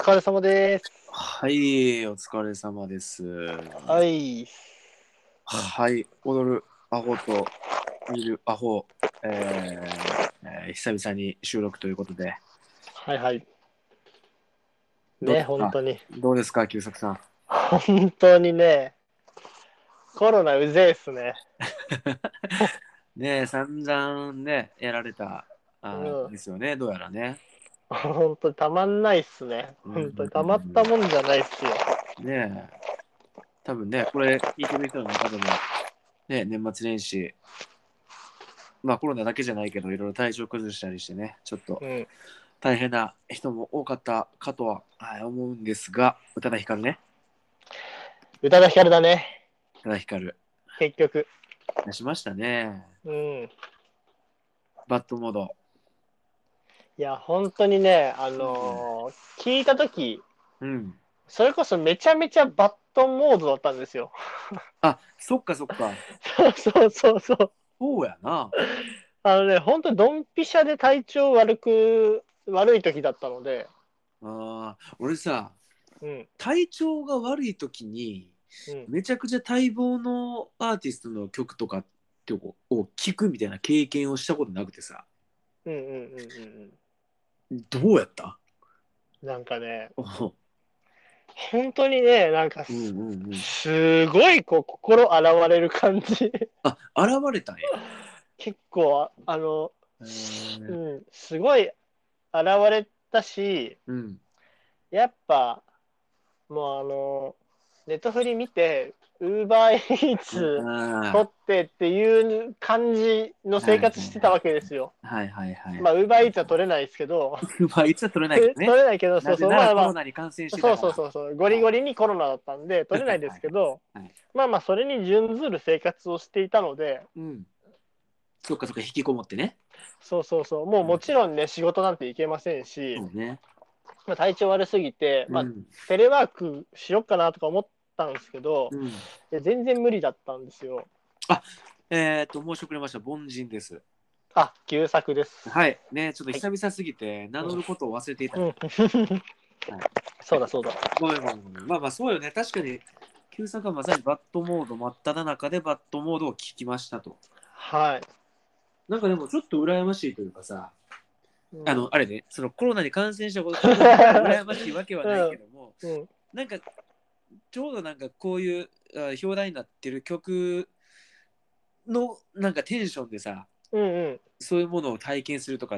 疲れ様です。 はい、お疲れ様です。 はい。 はい、踊るアホと見るアホ、久々に収録ということで、 はいはい。ね、 どうですか本当に。 どうですか、久作さん。 本当にね、コロナうぜえっすね。 ねえ、散々ね、やられた、 うん。 ですよね、どうやらね。 本当にたまんないっすね。 うん本当にたまったもんじゃないっすよ。 ねえ、多分ね、これ聞いてる人の中でも、ね、年末年始、まあコロナだけじゃないけど、いろいろ体調崩したりしてね、ちょっとうん。 大変な人も多かったかとは、思うんですが、宇多田ヒカルね。 宇多田ヒカルだね。 宇多田ヒカル結局。 出しましたね。 うん。 バッドモード。 いや、本当にね、聞いたとき、 うん。 それこそめちゃめちゃバッドモードだったんですよ。 あ、そっかそっか。 そうそうそう。 そうやな。 本当にドンピシャで体調悪い時だったので、 俺さ、 うん、 体調が悪い時に、 うん。 めちゃくちゃ待望のアーティストの曲とかを聞くみたいな経験をしたことなくてさ、 うんうんうんうんどうやった？ うん。なんかね、 お本当にね、 うんうんうん。 すごいこう心洗われる感じ。 あ、現れたんや。 結構、 へーすごい現れたし、 うん。 やっぱ、もうネットフリ見て、ウーバーイーツ取あってっていう感じのはいはい生活してたわけですよ。 はいはいはいはい。 まあ、ウーバーイーツは取れないですけど、 まあ、いつは取れないけどね。 取れないけど、そうそう、 なぜならまあまあ、 コロナに感染してそうたから。 そうそうそう、ゴリはいゴリにコロナだったんで、取れないではいはいすけど、 はい。 まあまあ、それに準ずる生活をしていたので、 うん。そっかそっか、引きこもってね。 そうそうそう、もうもうん。 ちろんね、仕事なんて行けませんし、 そうね。 まあ、体調悪すぎて、まあ、 うん。 テレワークしよっかなとか思ったんですけど、 うん。 いや全然無理だったんですよ。 あ、申し遅れました。凡人です。 あ、旧作です。 はい。ね、ちょっとはい。 久々すぎて、名乗ることを忘れていた。 うん。 はい。 そうだそうだ。 ごめんごめんごめん。まあまあ、そうよね。確かに、旧作はまさにバッドモード真っ只中でバッドモードを聞きましたと。 はい。 なんかでもちょっと羨ましいというかさ、 うん。 あれね、そのコロナに感染したことが羨ましいわけはないけども、 うん。 なんかちょうどなんかこういう表題になってる曲のなんかテンションでさ、 うんうん。 そういうものを体験するとかって、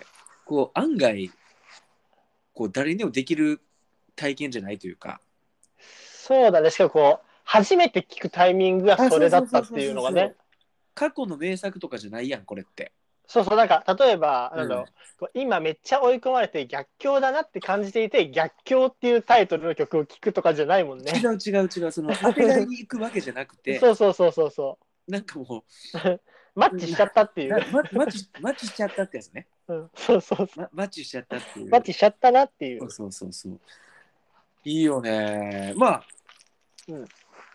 こう案外こう誰にでもできる体験じゃないというか。 そうだね。しかもこう、初めて聞くタイミングがあ、 そそうれだったってそうそうそういうのがね。 そうそう。過去の名作とかじゃないやん、これって。 そうそう、例えば、 うん。 こう今めっちゃ追い込まれて逆境だなって感じていて、逆境っていうタイトルの曲を聴くとかじゃないもんね。 違う違う違う、そのあてがいに行くわけじゃなくて、 そうそうそうそうそなんかもう。マッう、 チしちゃったっていう。 マッチしちゃったってやつね。 うん、そうそうそう。 マッチしちゃったっていう。 マッチしちゃったなっていう。 そうそうそうそう。いいよね。まあ、 うん。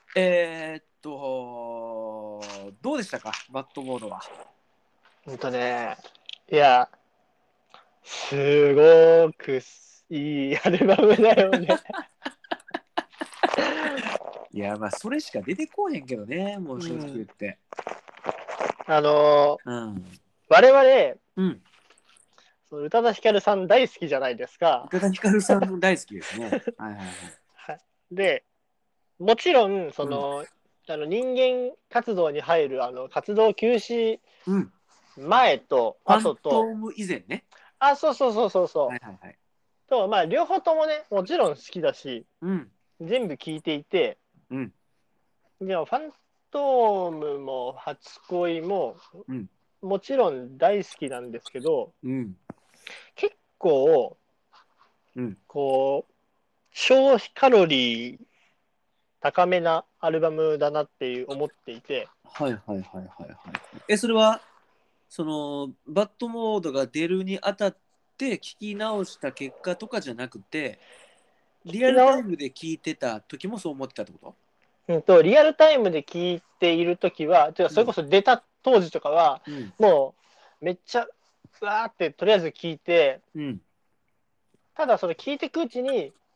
どうでしたか、バッドモードは。 ね、いや、すごくいいアルバムだよね。 いや、まあ、それしか出てこうへんけどね、もう正直言うん。 って。 あのーうん。 我々、 うん。 その宇多田ヒカルさん大好きじゃないですか。 宇多田ヒカルさんも大好きですね。はいはいはい。 はい。で、もちろん、 うん。 人間活動に入る、活動休止うん。 前とファン後と、 トーム以前ね。 あ、そうそうそうそうそう。 はいはいはい。 と、まあ、両方ともね、もちろん好きだし、 うん。 全部聞いていて、 うん。 でも、ファントームも初恋も、 うん。 もちろん大好きなんですけど、 うん。 結構、 うん。 こう、消費カロリー高めなアルバムだなっていう思っていて、 はいはいはいはいはい。それは、その、バッドモードが出るにあたって聞き直した結果とかじゃなくて、リアルタイ聞き直ムで聞いてた時もそう思ってたってこリアルタイムで聞いているときは、 と？ それこそ出た当時とかは、 うん。 もうめっちゃ、うわーってとりあえず聞いて、 うん。 ただそれ聞いていくうちに、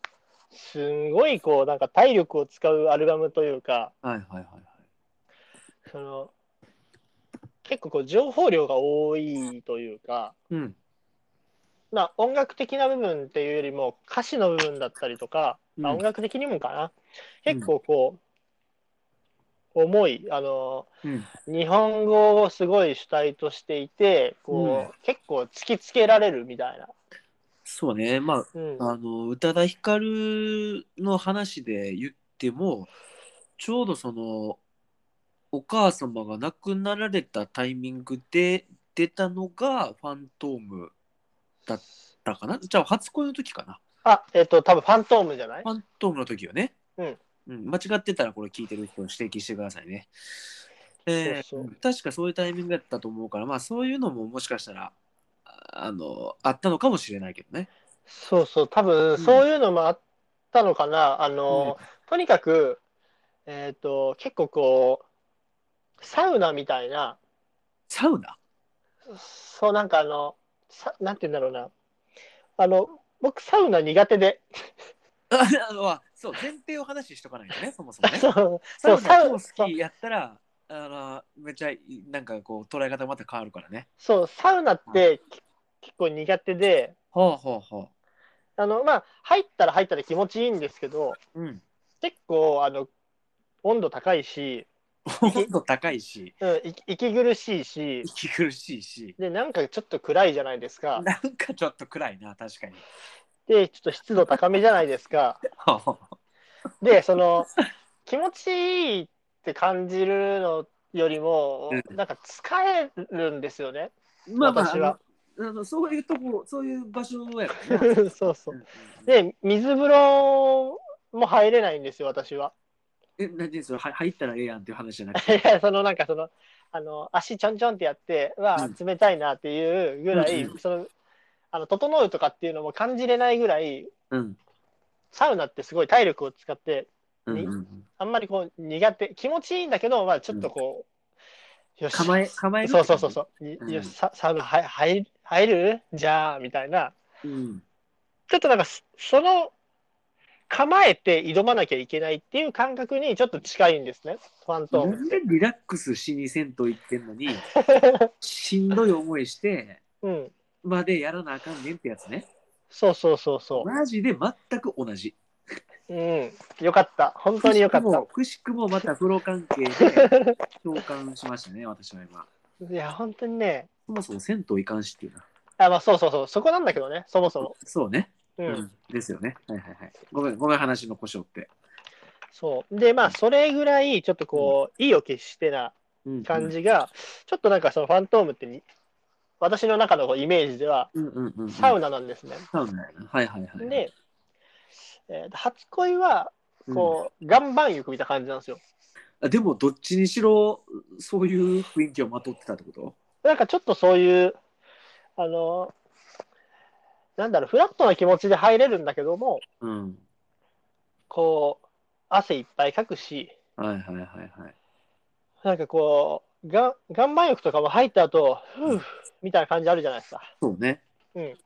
すんごいこう、なんか体力を使うアルバムというか、 はいはいはいはい。 その、結構こう、情報量が多いというか、 うん。 まあ、音楽的な部分っていうよりも、歌詞の部分だったりとか、まあ、音うん。 楽的にもかな。結うん。 構こう、重い、 うん。 日本語をすごい主体としていて、 うん。 こう、結構突きつけられるみたいな。 そうね。まうん。 あ、宇多田ヒカルの話で言っても、ちょうどその、お母様が亡くなられたタイミングで出たのがファントームだったかな。じゃあ、初恋の時かな。 あ、多分ファントームじゃない？ ファントームの時よね。 うん。 うん、間違ってたらこれ聞いてる人指摘してくださいね。 そうそう。 確かそういうタイミングだったと思うから、まあそういうのももしかしたら、あったのかもしれないけどね。 そうそう。多分、 うん。 そういうのもあったのかな。 うん。 とにかく、結構こう、サウナみたいな、 サウナ。 そうなんかなんて言うんだろうな。僕サウナ苦手で、 そう、前提を話しとかないとね、そもそもね。 そう、そう、 サウナ超好そう、 きやったら、めっちゃなんかこう捉え方また変わるからね。 そう、サウナっうん。 て結構苦手で、 ほうほうほまあ、入ったら入ったで気持ちいいんですけど、 う。うん。 結構、温度高いし、 温度高いし、 息苦しいし、 息苦しいし、 で、なんかちょっと暗いじゃないですか。 なんかちょっと暗いな、確かに。 で、ちょっと湿度高めじゃないですか。で、気持ちいいって感じるのよりも、なんか疲れるんですよね、 まあまあ、 私は。 そういうとこ、そういう場所やからね、あそこね。 そうそう。 うんうんうん。 で、水風呂も入れないんですよ、私は。 何それ、入ったらええやんっていう話じゃなくて。 いや、なんか足ちょんちょんってやって、 うん。 冷たいなっていうぐらい、 うんうん。 整うとかっていうのも感じれないぐらい、 うん。 サウナってすごい体力を使って、 うんうんうん。 あんまりこう苦手、気持ちいいんだけど、まあちょっうん。 とこよし、 構えるっそうて感じ。 そうそうそう、よし、 うん。 サウナ入るじゃあ、みたいな。 うん。 ちょっとなんか、その構えて挑まなきゃいけないっていう感覚にちょっと近いんですね、ファントーなんでムって。 リラックスしに銭湯行ってんのに、しんどい思いしてうん。 までやらなあかんねんってやつね。 そうそうそうそマジで全く同じ。 う。うん。よかった。本当によかった。 くしくもまた風呂関係で共感しましたね、私は今。 いや、本当にね。 そもそも銭湯行かんしっていうな。 まあそうそうそう。そこなんだけどね、そもそも。 そうね。 うん。 うん。ですよね。はいはいはい。ごめん、話の故障って。 そう。で、まあ、それぐらい、ちょっとうん。 こう、意を決してなうんうん。 感じが、ちょっとなんかそのファントームって私の中のこうイメージでは、 うんうんうんうん。 サウナなんですね。 サウナやな。はいはいはいはい。 で、初恋は、 うん。 こう、岩盤浴見た感じなんですよ。 でも、どっちにしろ、そういう雰囲気をまとってたってこと？ なんかちょっとそういう、あの、なんだろう、フラットな気持ちで入れるんだけども、 うん。 こう、汗いっぱいかくし、 はいはいはいはい。 なんかこう、岩盤浴とかも入った後、ふぅ、みたいな感じあるじゃないですか。 そうね。 うん。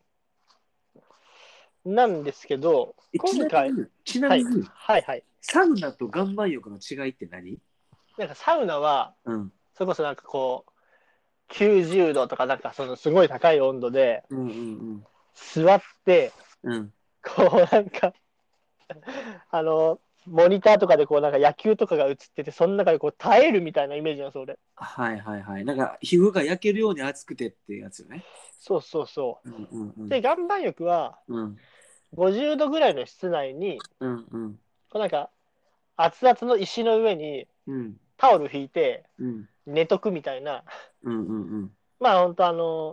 なんですけど、今回、 ちなはい、 みに、 はい、はい。 サウナと岩盤浴の違いって何？ なんかサウナは、 うん。 それこそなんかこう、90度とかなんかそのすごい高い温度で、 うんうんうん。 座って、 うん。 こうなんか、あの、モニターとかでこうなんか野球とかが映ってて、その中でこう耐えるみたいなイメージなんですよ、俺。 はいはいはい。なんか、皮膚が焼けるように熱くてってやつよね。 そうそうそうんうんうう。で、 ん。 岩盤浴はうん。 50度ぐらいの室内に、 うんうん。 こうなんか熱々の石の上にうん。 タオル引いてうん。 寝とくみたいな、 うんうんうん。 まあ本当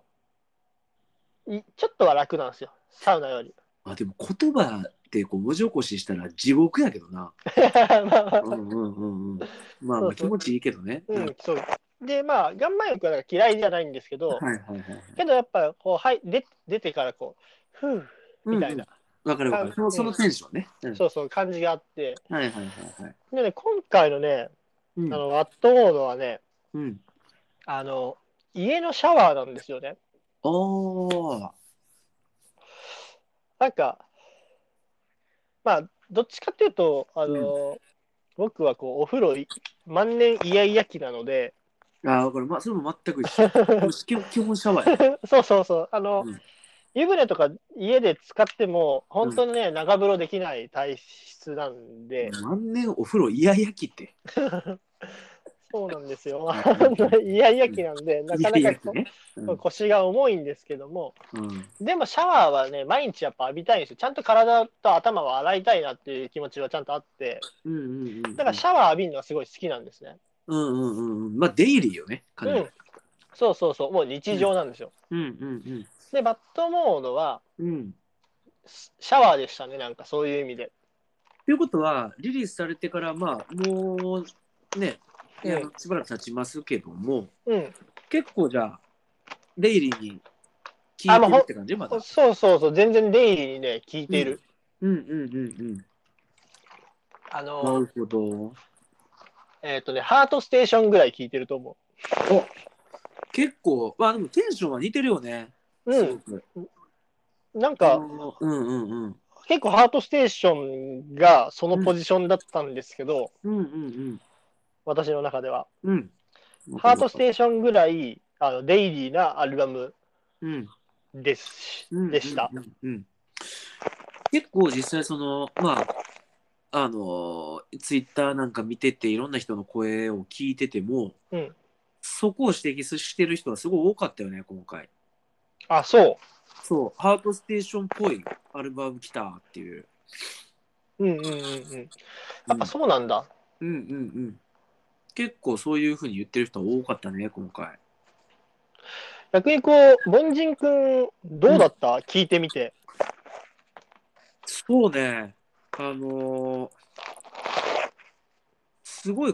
ちょっとは楽なんですよ、サウナより。 あ、でも言葉ってこう文字起こししたら地獄やけどな。 まあまあ、 うんうんうんうん。まあそうそう。 まあ気持ちいいけどね。うん。 うん、そう。で、まあ、岩盤浴はなんか嫌いじゃないんですけど、 はいはいはいはい。 けどやっぱ、こう、はい、出てからこう、ふうみたいな、 うんうん。わかるわかる。そのうん、 テンションね。うん。 そうそう、感じがあって、 はいはいはいはい。 でね、今回のね、 うん。 ワットモードはね、 うん。 あの、家のシャワーなんですよね。 おー。 なんか、 まあ、どっちかっていうと、僕はこうお風呂万年イヤイヤ期なので、 ああ、これ、それも全く一緒。基本シャワーやね。 そうそうそう、 うん。 湯船とか家で使っても、 うん。 本当にね、長風呂できない体質なんで、 万年お風呂イヤイヤ期って。 そうなんですよ。 うんうんうん。 イヤイヤうん。 期なんで、なイヤかなかイヤ期ね。うん。 腰が重いんですけども、 うん。 でもシャワーはね、毎日やっぱ浴びたいんですよ。ちゃんと体と頭を洗いたいなっていう気持ちはちゃんとあって、 うんうんうんうん。 だからシャワー浴びるのはすごい好きなんですね。 うんうんうんうん。デイリーよね、かなり。 うん。そうそうそう。もう日うん。 常なんですよ。 うんうんで、バットモードはうん。うん。 シャワーでしたね。なんかそういう意味で。 ということは、リリースされてから、もう、ね、 うん。 しばらく経ちますけども、 うん。 結構じゃあ、デイリーに聞あ、 いてるって感じまだ。 そうそうそう。全然デイリーにね、聞いうん。 ている。 うんうんうんうん。 あの、 なるほど。 ハートステーションぐらい聞いてると思お、結構、でもテンションは似てるよね。 う。うん。 すごく。 なんか、 うんうんうん。 結構ハートステーションがそのうんポジションだったんですけど、 うんうん私の中では。 うん。うん。わかハートスるわかる。 テーションぐらい、デイリーなアルバムうんうんうんでした。 うんうん。結構実際ツイッターなんか見てていろんな人の声を聞いてても、 うん。 そこを指摘してる人はすごい多かったよね、今回。 あ、そそう、ハートステーションっぽいアルバム来たっていう。 う。うんうんうんうん。やっぱうん。 そうなんだ。 うんうんうん。結構そういうふうに言ってる人多かったね、今回。 逆にこう、凡人くん、どうん。 うだった聞いてみて。 そうね。あのーすごい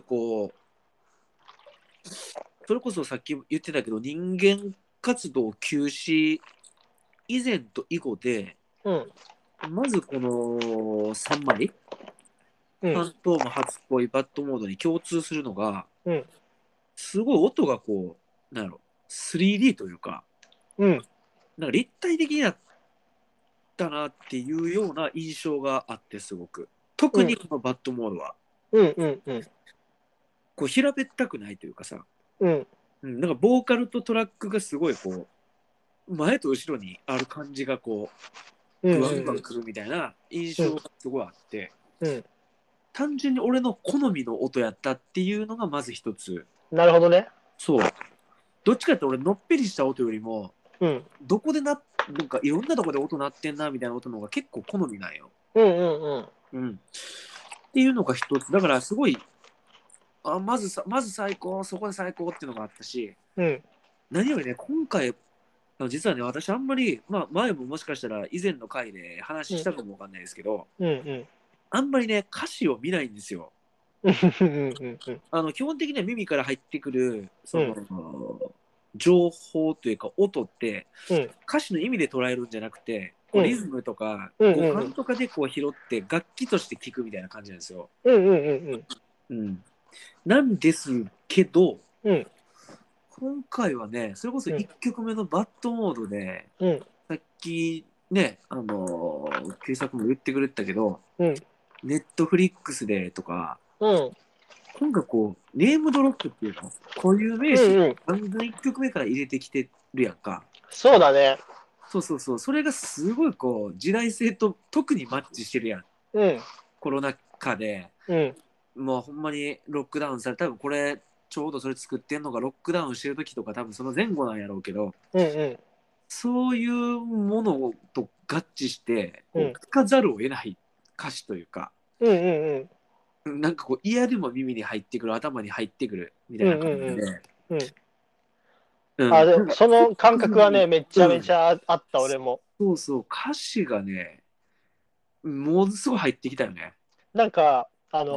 それこそさっき言ってたけど、人間活動休止以前と以後で、 うん。 まずこの3枚、 うん。 ファントーム初恋バッドモードに共通するのが、 うん。 すごい音がなんやろ、3D というか、 うん。 なんか立体的になったなっていうような印象があって、すごく。特にうん。 このバッドモードは、 うん。うん。うん。 平べったくないというかさ、 うん。 うん、なんかボーカルとトラックがすごい前と後ろにある感じがうん。 グワングワうん。 ンくるみたいな印うん。 象がすごいあって、 うん。 単純に俺の好みの音やったっていうのがまず一つ。 なるほどね。 そう。どっちかって俺のっぺりした音よりも、 うん。 どこでなんかいろんなとこで音鳴ってんなみたいな音の方が結構好みなんよ。 うんうんうん。 うん。っていうのが一つ。だからすごい、まず最高、そこで最高っていうのがあったし、 うん。 何よりね、今回、実はね、私あんまり、前ももしかしたら以前の回で話したかもわかんないですけど、 うんうん。 あんまりね、歌詞を見ないんですよ。 うんうんうん。 基本的には耳から入ってくる、 うん。 情報というか音って、 うん。 歌詞の意味で捉えるんじゃなくて、 うん。 リズムとかうん五うん。 感とかで拾って楽器として聴くみたいな感じなんですよ。 うんうんうんうん。 うん。なんですけど、 うん。 今回はね、それこそうん。 1曲目のバッドモードで、 うん。 さっきね、旧作も言ってくれてたけど、 うん。 ネットフリックスでとか、 うん。 今回ネームドロップっていうの、固有名詞、 うんうん。 ガンガン1曲目から入れてきてるやんか。 そうだね。 そうそうそう、それがすごい時代性と特にマッチしてるやん。 うん。 コロナ禍で、 うん。 もうほんまにロックダウンされ、多分これ、ちょうどそれ作ってんのがロックダウンしてる時とか多分その前後なんやろうけど、 うんうん。 そういうものと合致して、 うん。 聴かざるを得ない歌詞というか、 うんうんうん。 なんか嫌でも耳に入ってくる、頭に入ってくるみたうんいな感うんじで、 うん。うん。あ、 うん、なんかその感特に、 覚はね、めちゃうん、 めちゃあった、俺も。 そうそう、歌詞がね、ものすごい入ってきたよね。 なんか、 うん、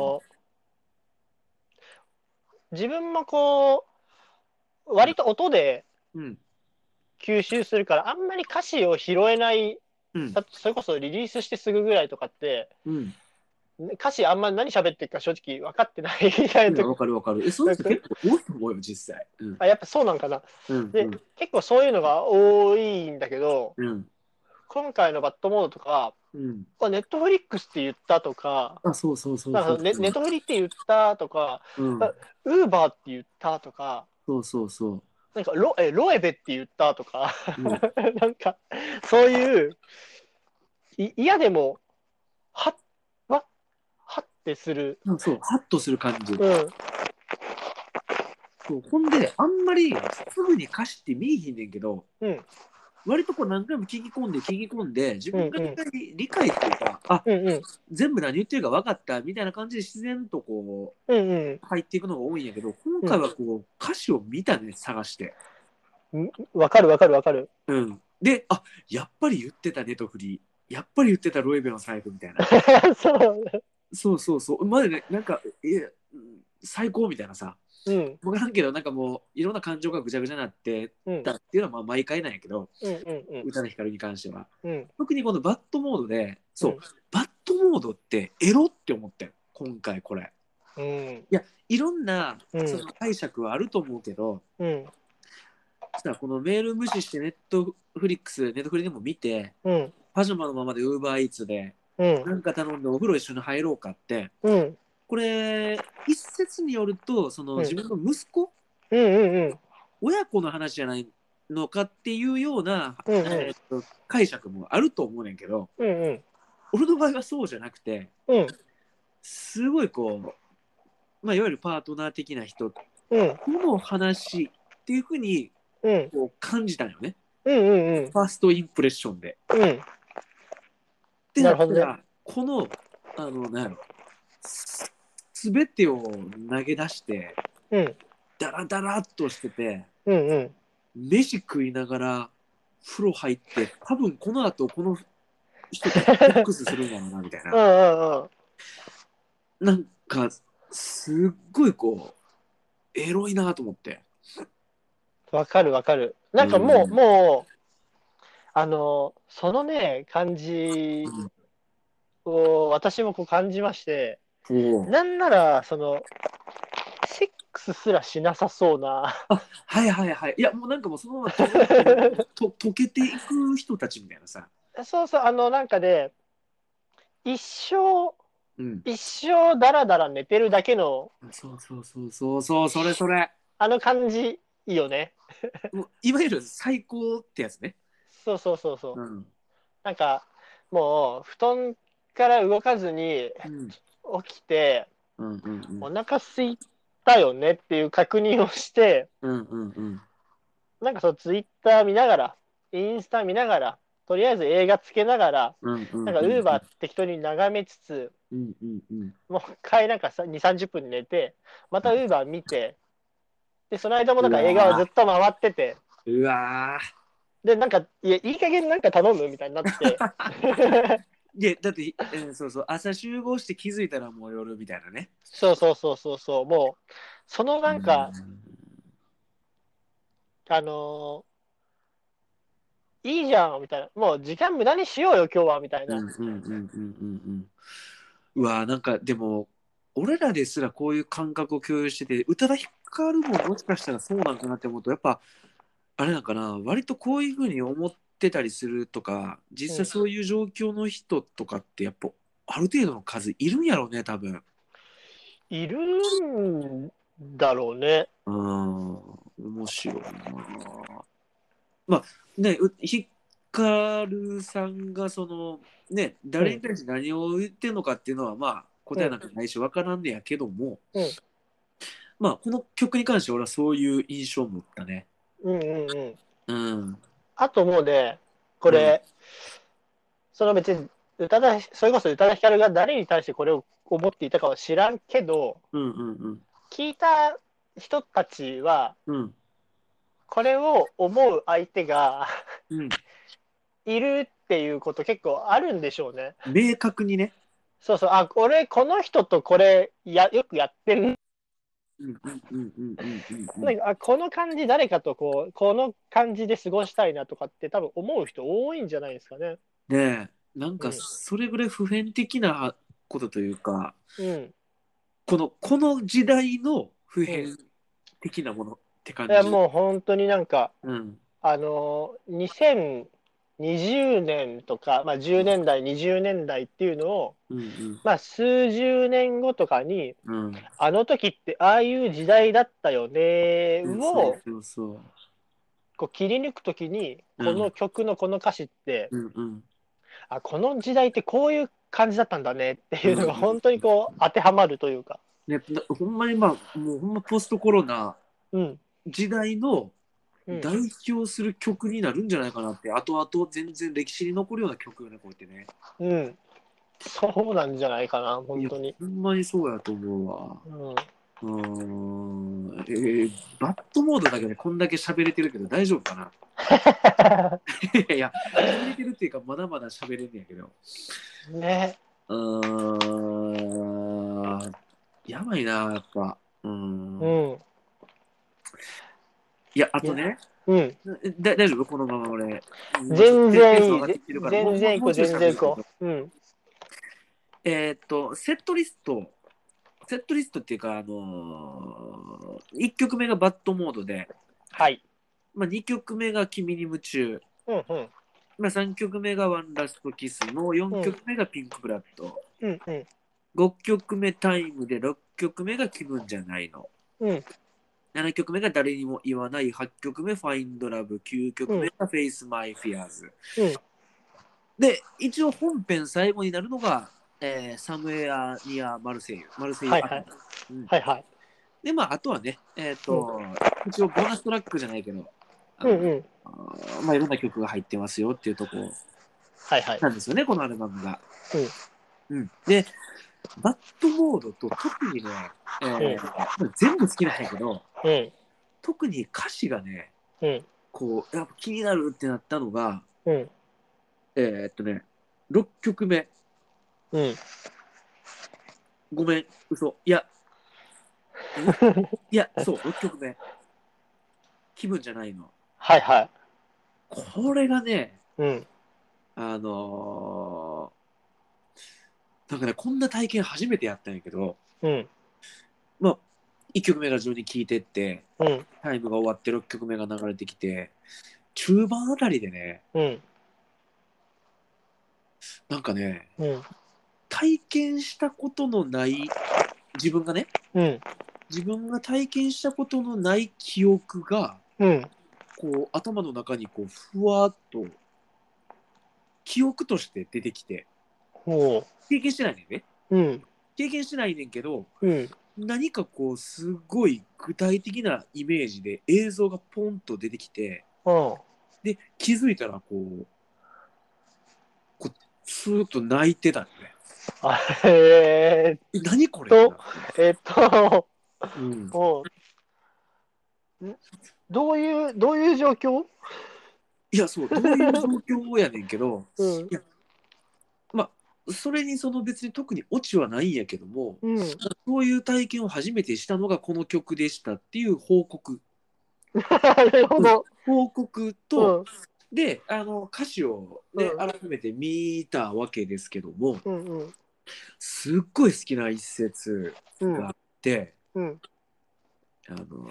自分もこう、割と音でうん、 吸収するから、あんまり歌詞を拾えない、 うん、 それこそリリースしてすぐぐらいとかって、 うん。 歌詞あんまり何喋ってるか正直分かってないみたいないや、 時、 わかるわかる。そういう人結構多いと思うよ、実際。うん、 あ、やっぱそうなんかな。 うん、うで、 ん、 結構そういうのが多いんだけど、 うん、 今回のバッドモードとか、 うん。 ネットフリックスって言ったとか、 そうそうそうなんかネットフリって言ったとか、 うん。 ウーバーって言ったとか、 そうそうそなんかロエベって言ったとか、 う。うん。 なんか、そういう、嫌でも、はっ、はってする。 そう、ハッとする感じ。 うん。 そう、ほんで、あんまりすぐに歌詞って見えひんねんけど、 うん。 割とこう何回も聞き込んで、自分が理解っていうか、 うんうん。 全部何言ってるか分かったみたいな感じで自然とこうんうん。 う入っていくのが多いんやけど、今うん。 回はこう歌詞を見たね、探して。 わかるわかるわかる。 うん。で、やっぱり言ってたネトフリ。やっぱり言ってたロエベの財布みたいな。 そう。 そうそうそう。までね、なんか、最高みたいなさ。 うん。 分からんけど、なんかもういろんな感情がぐちゃぐちゃになってうんたっていうのはまあ毎回なんやけど、 うんうん宇多田ヒカルに関しては。 うん。 特にこのバッドモードで、そう、 うん。 バッドモードってエロって思ってん、今回これ。 うん。 いや、いろんなうんその解釈はあると思うけど、 うん。 さ、このメール無視してネットフリックス、ネットフリでも見て、 うん。 パジャマのままでウーバーイーツで、 うん。 なんか頼んでお風呂一緒に入ろうかって、 うん。 これ、一説によると、そのうん。 自分の息子、 うんうんうん。 親子の話じゃないのかっていうような、 うんうん解釈もあると思うねんけど、 うんうん。 俺の場合はそうじゃなくて、 うん。 すごいこう、まあ、いわゆるパートナー的な人うん。 の話っていうふうにうん。 こう感じたよね。 うんうんうん。 ファーストインプレッションで。 うん。 ってなるほどね。 なったら、この、なんやろ、すべてを投げ出して、 うん。 ダラダラっとしてて、 うんうん。 飯食いながら風呂入って、多分この後この人とセックスするんだろうな、みたいな。 うんうんうん。 なんか、すっごいこう、エロいなと思って。 わかるわかる。なんかもう、 うん。 もう、そのね、感じを私もこう感じまして、 おう。 なんなら、セックスすらしなさそうな。 はいはいはい。いや、もうなんかもうそのまま溶けていく人たちみたいなさ。 そうそう、なんかで、一生、 うん。 一生だらだら寝てるだけの、 そうそうそうそうそう、それそれ。 あの感じ、いいよね。 もういわゆる最高ってやつね。 そうそうそうそう。 うん。 なんか、もう、布団から動かずにうん。 起きて、 うんうんうん。 お腹すいたよねっていう確認をして、 うんうんうん。 なんかそう、ツイッター見ながら、インスタ見ながら、とりあえず映画つけながら、 うんうんなんかウうんーバー適当に眺めつつ、 うんうんうん。 もう一回なんか2、30分寝て、またウーバー見て、で、その間もなんか映画をずっと回ってて、 うわー。 で、なんか、いい加減なんか頼むみたいになって、 で、だって、そうそう、朝集合して気づいたらもう夜みたいなね。 そうそうそうそうそう、もう、そのうなんか、 ん。 あのいいじゃんみたいな、もう時間無駄にしようよ、今日はみたいな。 うんうんうんうんうんうん。うわー、なんかでも、俺らですらこういう感覚を共有してて、宇多田ヒカルももしかしたらそうなんかなって思うと、やっぱ、あれなんかな、割とこういうふうに思ってたりするとか、実際そういう状況の人とかって、やっぱ、ある程度の数いるんやろうね、多分。 いるんだろうね。 うん、面白いな。まあね、ヒカルさんがそのね、 うん、 誰に対して何を言ってるのかっていうのはまあ答えなんうん、 かないし分からんねやけども、 うん、 まあこの曲に関して俺はそういう印象を持ったね。 うん、うん、うん。 うん。 あともうね、こうん。 れ、その別に、それこそ宇多田ヒカルが誰に対してこれを思っていたかは知らんけど、 うんうんうん。 聞いた人たちは、 うん。 これを思う相手がうん。 いるっていうこと結構あるんでしょうね。 明確にね。 そうそう、俺、この人とこれよくやってる。 うんうんうんうんうんうんうん。 なんかこの感じ誰かとこの感じで過ごしたいなとかって多分思う人多いんじゃないですかね。 ねえ、なんかうん。 それぐらい普遍的なことというか、 うん。 この時代の普うん。 遍的なものっていや、 感じ。 もう本当になんか、 うん。 2000、 20年とか、まあ、10年代、20年代っていうのを、 うんうんまあ、数十年後とかに、 うん。 あの時ってああいう時代だったよねそうそうをそうそこう切り抜くときに、 う。うん。 この曲のこの歌詞って、 うんうん。 あ、この時代ってこういう感じだったんだねってうんういうのが本当にん。 こう当てはまるというか。 ね、ほんまにまあ、もうほんまポストコロナうん。 時代のうん。 代表する曲になるんじゃないかなって、後々全然歴史に残るような曲よね、こうやってね。 うん。そうなんじゃないかな、 いや、 本当に。 ほんまにそうやと思うわ。 うん。 うーん、バッドモードだけでこんだけ喋れてるけど大丈夫かな。いやいや、喋れてるっていうか、まだまだ喋れんねやけど。 ね。 うーん、やばいな、やっぱ。 うん。 いや、あいや、 とね、 うん。 大丈夫このまま俺、もうちょっと全テンション上然いい。 がってきてるから、 全然行こう、 もうちょい全然行こ喋るけど、 う。うん。 セットリスト、っていうか、1曲目がバッドモードで、 はい。 まあ、2曲目が君に夢中、 うん、うん。 まあ、3曲目がワンラストキスの4 うん、 曲目がピンクブラッド、 うん、うん。 5曲目タイムで6曲目が気分じゃないの。 うん、 7曲目が誰にも言わない、8曲目ファインドラブ、9曲目うん、 がフェイスマイフィアーズ。 うん。 で、一応本編最後になるのが、サムエア・ニア・マルセイユ。マルセイユあたり。 はいはい。 うん、 はいはい。 で、まあ、あとはね、 うん、 一応ボーナストラックじゃないけど、 うん、うん。 まあ、いろんな曲が入ってますよっていうところはいはい。 なんですよね、このアルバムが。 うん、 うん。で、バッドモードと特にね、全部好きなんやけど、 うん、 特に歌詞がね、 うん、 こう、やっぱ気になるってなったのが、 うん、 6曲目。 うん。 ごめん、嘘。いや、そう、6曲目。気分じゃないの。 はいはい。 これがね、 うん、 あのなんかね、こんな体験初めてやったんやけど、 うん、 まあ、1曲目が順に聴いてって、 うん、 タイムが終わって6曲目が流れてきて、中盤あたりでね、 うん、 なんかね、 うん、 体験したことのない自分がね、 うん、 自分が体験したことのない記憶が、 うん、 こう頭の中にこうふわっと記憶として出てきて、 ほ経験してないねんね。 う、うん、 経験してないねんけど、 うん、 何かこうすごい具体的なイメージで映像がポンと出てきて、 うん。 で気づいたらこうスーッと泣いてたんね。 あ、 何これってと、 なって。 えっと、 うん。 もう、どういう状況？ いや、そう、どういう状況やねんけど、 うん、 いや、まあ、それにその別に特にオチはないんやけども、 うん。 そういう体験を初めてしたのがこの曲でしたっていう報告。 なるほうん、 ど。 報告と、 うん、 で、歌詞をね、 うん、 改めて見たわけですけども、 うん、うん、 すっごい好きな一節うん、 があって、 うん。 あの、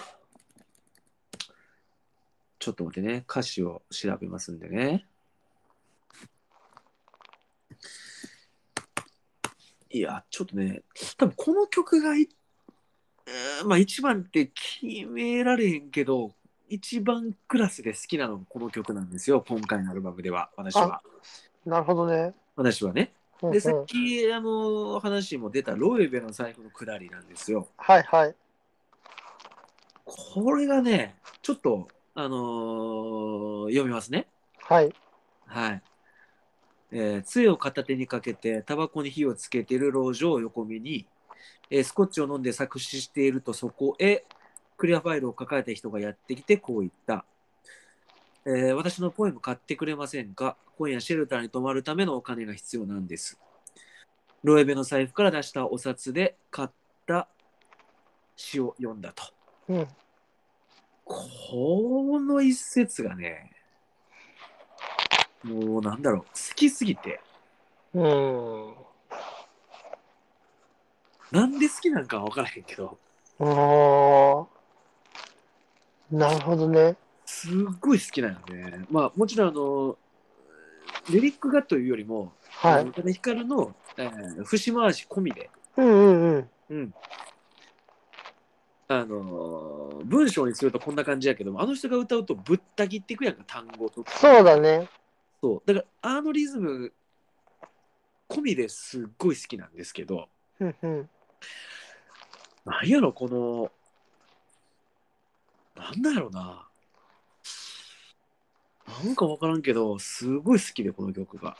ちょっと待ってね、歌詞を調べますんでね。いや、ちょっとね、多分この曲がまあ一番って決められへんけど、一番クラスで好きなのがこの曲なんですよ、今回のアルバムでは、私あ、 は。 なるほどね。 私はね。 うん、 で、さっうん。 き、話も出たロエベの財布のくだりなんですよ。 はいはい。 これがね、ちょっと、読みますね。 はい。 はい。杖を片手にかけて、タバコに火をつけている老女を横目に、スコッチを飲んで作詞していると、そこへクリアファイルを抱えた人がやってきて、こう言った。私のポエム買ってくれませんか？今夜シェルターに泊まるためのお金が必要なんです。ロエベの財布から出したお札で買った詩を読んだと。 うん。 この一節がね、もうなんだろう、好きすぎて、 うん。 なんで好きなんかは分からへんけど、 ああ、なるほどね。 すっごい好きなんよね。まあもちろんリリックがというよりも、 はい。 宇多田ヒカルの、節回し込みで、 うんうんうん。 うん、文章にするとこんな感じやけども、あの人が歌うとぶった切っていくやんか、単語とか。 そうだね。 そう。だからあのリズム込みですっごい好きなんですけど、 うんうん。 なんやろ、この、なんだろうな。なんかわからんけど、すごい好きで、この曲が。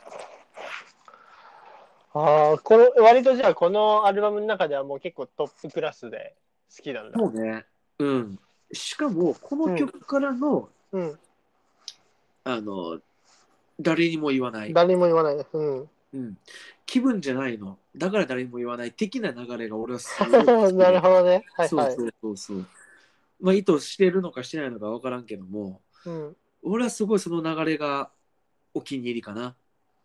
ああ、これ、割とじゃあ、このアルバムの中ではもう結構トップクラスで好きなんだ。 そうね。うん。しかも、このうん。 曲からの、 うん。 あの、誰にも言わない。 誰にも言わないです。うん。 うん。気分じゃないの。だから誰にも言わない的な流れが俺はすごい好きなるで。 ほどね。はいはい。 そうそうそうそう。まあ、意図してるのかしてないのか分からんけども、 うん。 俺はすごいその流れがお気に入りかな。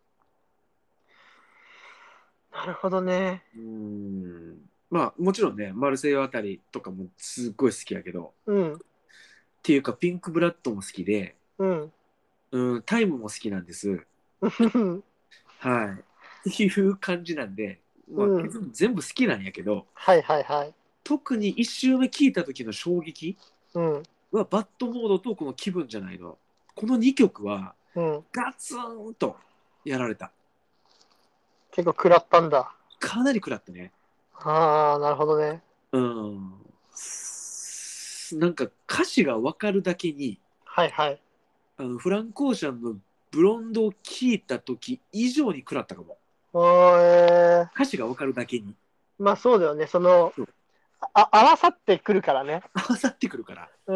なるほどね。 まあ、もちろんね、マルセイユあたりとかもすっごい好きやけど、 うん。 っていうか、ピンクブラッドも好きで、 うん。 タイムも好きなんです。 うん。 はい。っていう感じなんで、まあ、 うん。 結局全部好きなんやけど、 はいはいはい。 特に一周目聞いた時の衝撃うん。 は、バッドモードとこの気分じゃないの。この2曲は、 うん。 ガツンとやられた。 結構食らったんだ。 かなり食らったね。 ああ、なるほどね。 うん。なんか歌詞が分かるだけに、 はいはい。 フランク・オーシャンのブロンドを聞いた時以上に食らったかも。 おー、 歌詞が分かるだけに。 まあそうだよね。その、 そう合わさってくるからね。 合わさってくるから。 うん。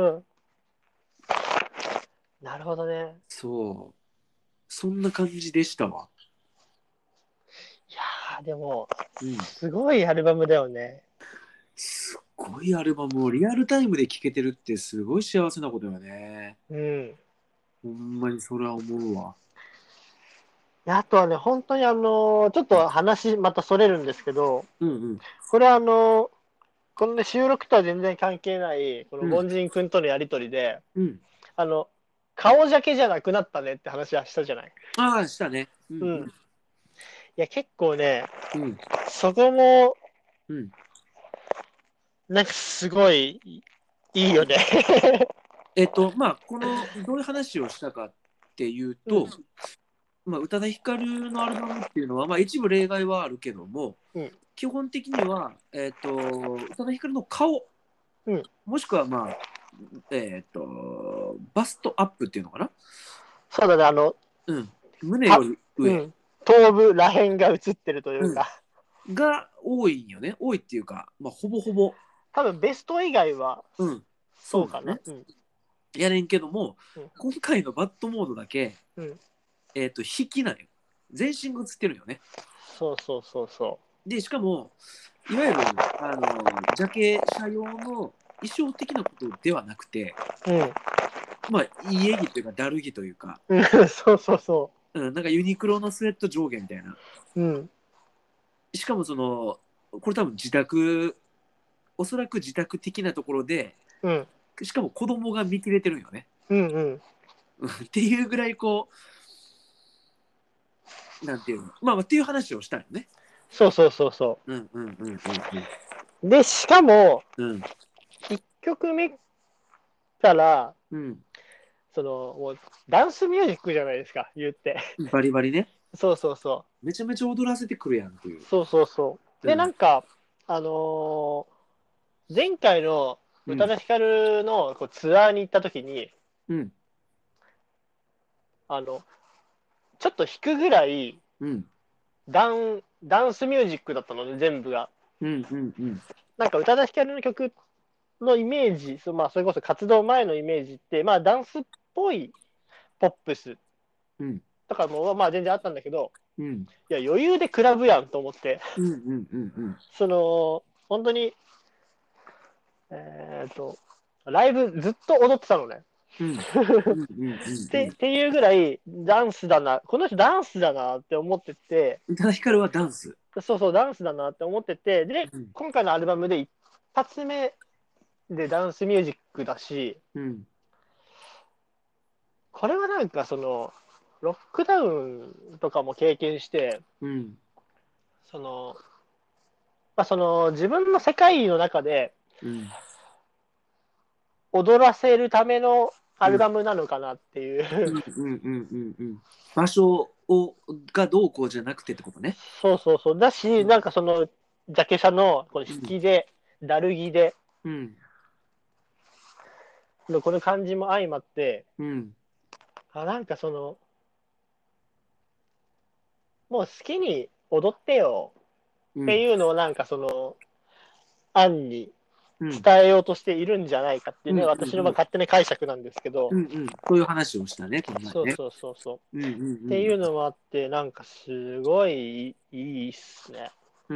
なるほどね。 そう。そんな感じでしたわ。 いやー、でも、 うん。 すごいアルバムだよね。 すっごいアルバムをリアルタイムで聴けてるってすごい幸せなことよね。 うん。 ほんまにそれは思うわ。 あとはね、本当にちょっと話またそれるんですけど、 うんうん。 これこのね、収録とは全然関係ない、このうん凡人くんとのやりとりで、 うん。 あの、顔ジャケじゃなくなったねって話はしたじゃない。 ああ、したね。うんうん。いや、結構ね、 うん。うんそこも、 うん。 なんかすごいいいよね。 まあ、どういう話をしたかっていうと、 うん。 まあ、宇多田ヒカルのアルバムっていうのは、まあ、一部例外はあるけども、 うん。 基本的には、宇多田ヒカルの顔、 うん。 もしくは、まあ、バストアップっていうのかな。 そうだね、 うん。胸た、 より上、 うん。頭部らへんが映ってるといううん、 か、 が多いんよね。多いっていうか、まあ、ほぼほぼ、 多分ベスト以外は、 うん、そうなのね。 そうかな。うん。 やねんけども、 うん。 今回のバッドモードだけ、 うん。 引きなんよ。全身が映ってるよね。 そうそうそうそで、しかも、いわゆる、ジャケ写用の衣装的なことではなくて、 う。うん。 まあ、家着というか、だる着というか、 うん、そうそうそなんかユニクロのスウェット上下みたいな。 う。うん。 しかもこれ多分自宅、おそらく自宅的なところで、 うん。 しかも子供が見切れてるんよね。 うんうん。 っていうぐらいなんていうの。まあ、っていう話をしたんよね。 そうそうそうそうんうんうんうんう。で、しかも、 うん。 1曲目からうん。 もうダンスミュージックじゃないですか、言って。 バリバリね。 そうそうそめちゃめちゃ踊らせてくるやんっていう。 う。 そうそうそう。で、 うん。 なんか、あの前回のうん。 宇多田ヒカルのツアーに行った時に、 うん。 あの、ちょっと弾くぐらいうん。 ダンスミュージックだったので、全部が。 うんうんうん。 なんか宇多田ヒカルの曲のイメージ、まあ、それこそ活動前のイメージって、まあ、ダンスっぽいポップスうん。 とかも、まあ、全然あったんだけど、 うん。 いや、余裕でクラブやんと思って、 うんうんうんうん。 本当に、えっと、ライブずっと踊ってたのね。 うん。うんうんうんっていうぐらいダンスだな、この人ダンスだなって思ってて、 宇多田ヒカルはダンス。 そうそう、ダンスだなって思ってて、で、 うん。 今回のアルバムで一発目でダンスミュージックだし、 うん。 これはなんかロックダウンとかも経験して、 うん。 その、その自分の世界の中でうん。 踊らせるためのアうん。 ルバムなのかなっていう。 うん。うん。うん。うん。場所がどうこうじゃなくてってことね。 そうそうそう。だし、 うん。 なんかその、ジャケ写のこのうん。 引きで、だるぎで、 うん。 この感じも相まって、 うん。 なんかその、もう好きに踊ってよってうん。 いうのをなんかその、案にうん。 伝えようとしているんじゃないかっていうね、 うん。 私の勝手な解釈なんですけど、 うん。うん。そういう話をしたね、この前ね。 そうそうそうそう。っうん。うん。 ていうのもあって、なんかすごいいいっすね。 うん。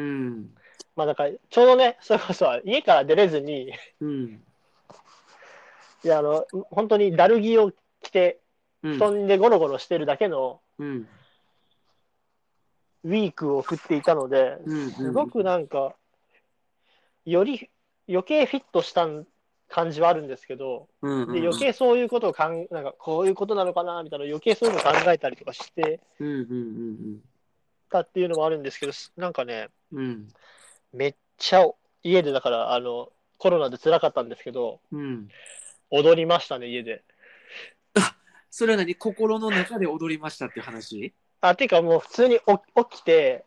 だから、ちょうどね、それこそ家から出れずに、 うん。 いや、本当にだるぎを着て、 うん。 布団でゴロゴロしてるだけのうん。 ウィークを振っていたので、 うん。うん。 すごくなんか、より余計フィットした感じはあるんですけど、 うん。 で、 うん。 余計そういうことをなんかこういうことなのかな、みたいな余計そういうのを考えたりとかしてうん。うん。 たっていうのもあるんですけど、なんかね、 うん。 めっちゃ家でだから、コロナで辛かったんですけど、 うん。 踊りましたね、家で。 それは何、心の中で踊りましたっていう話？ ていうかもう普通に起きて、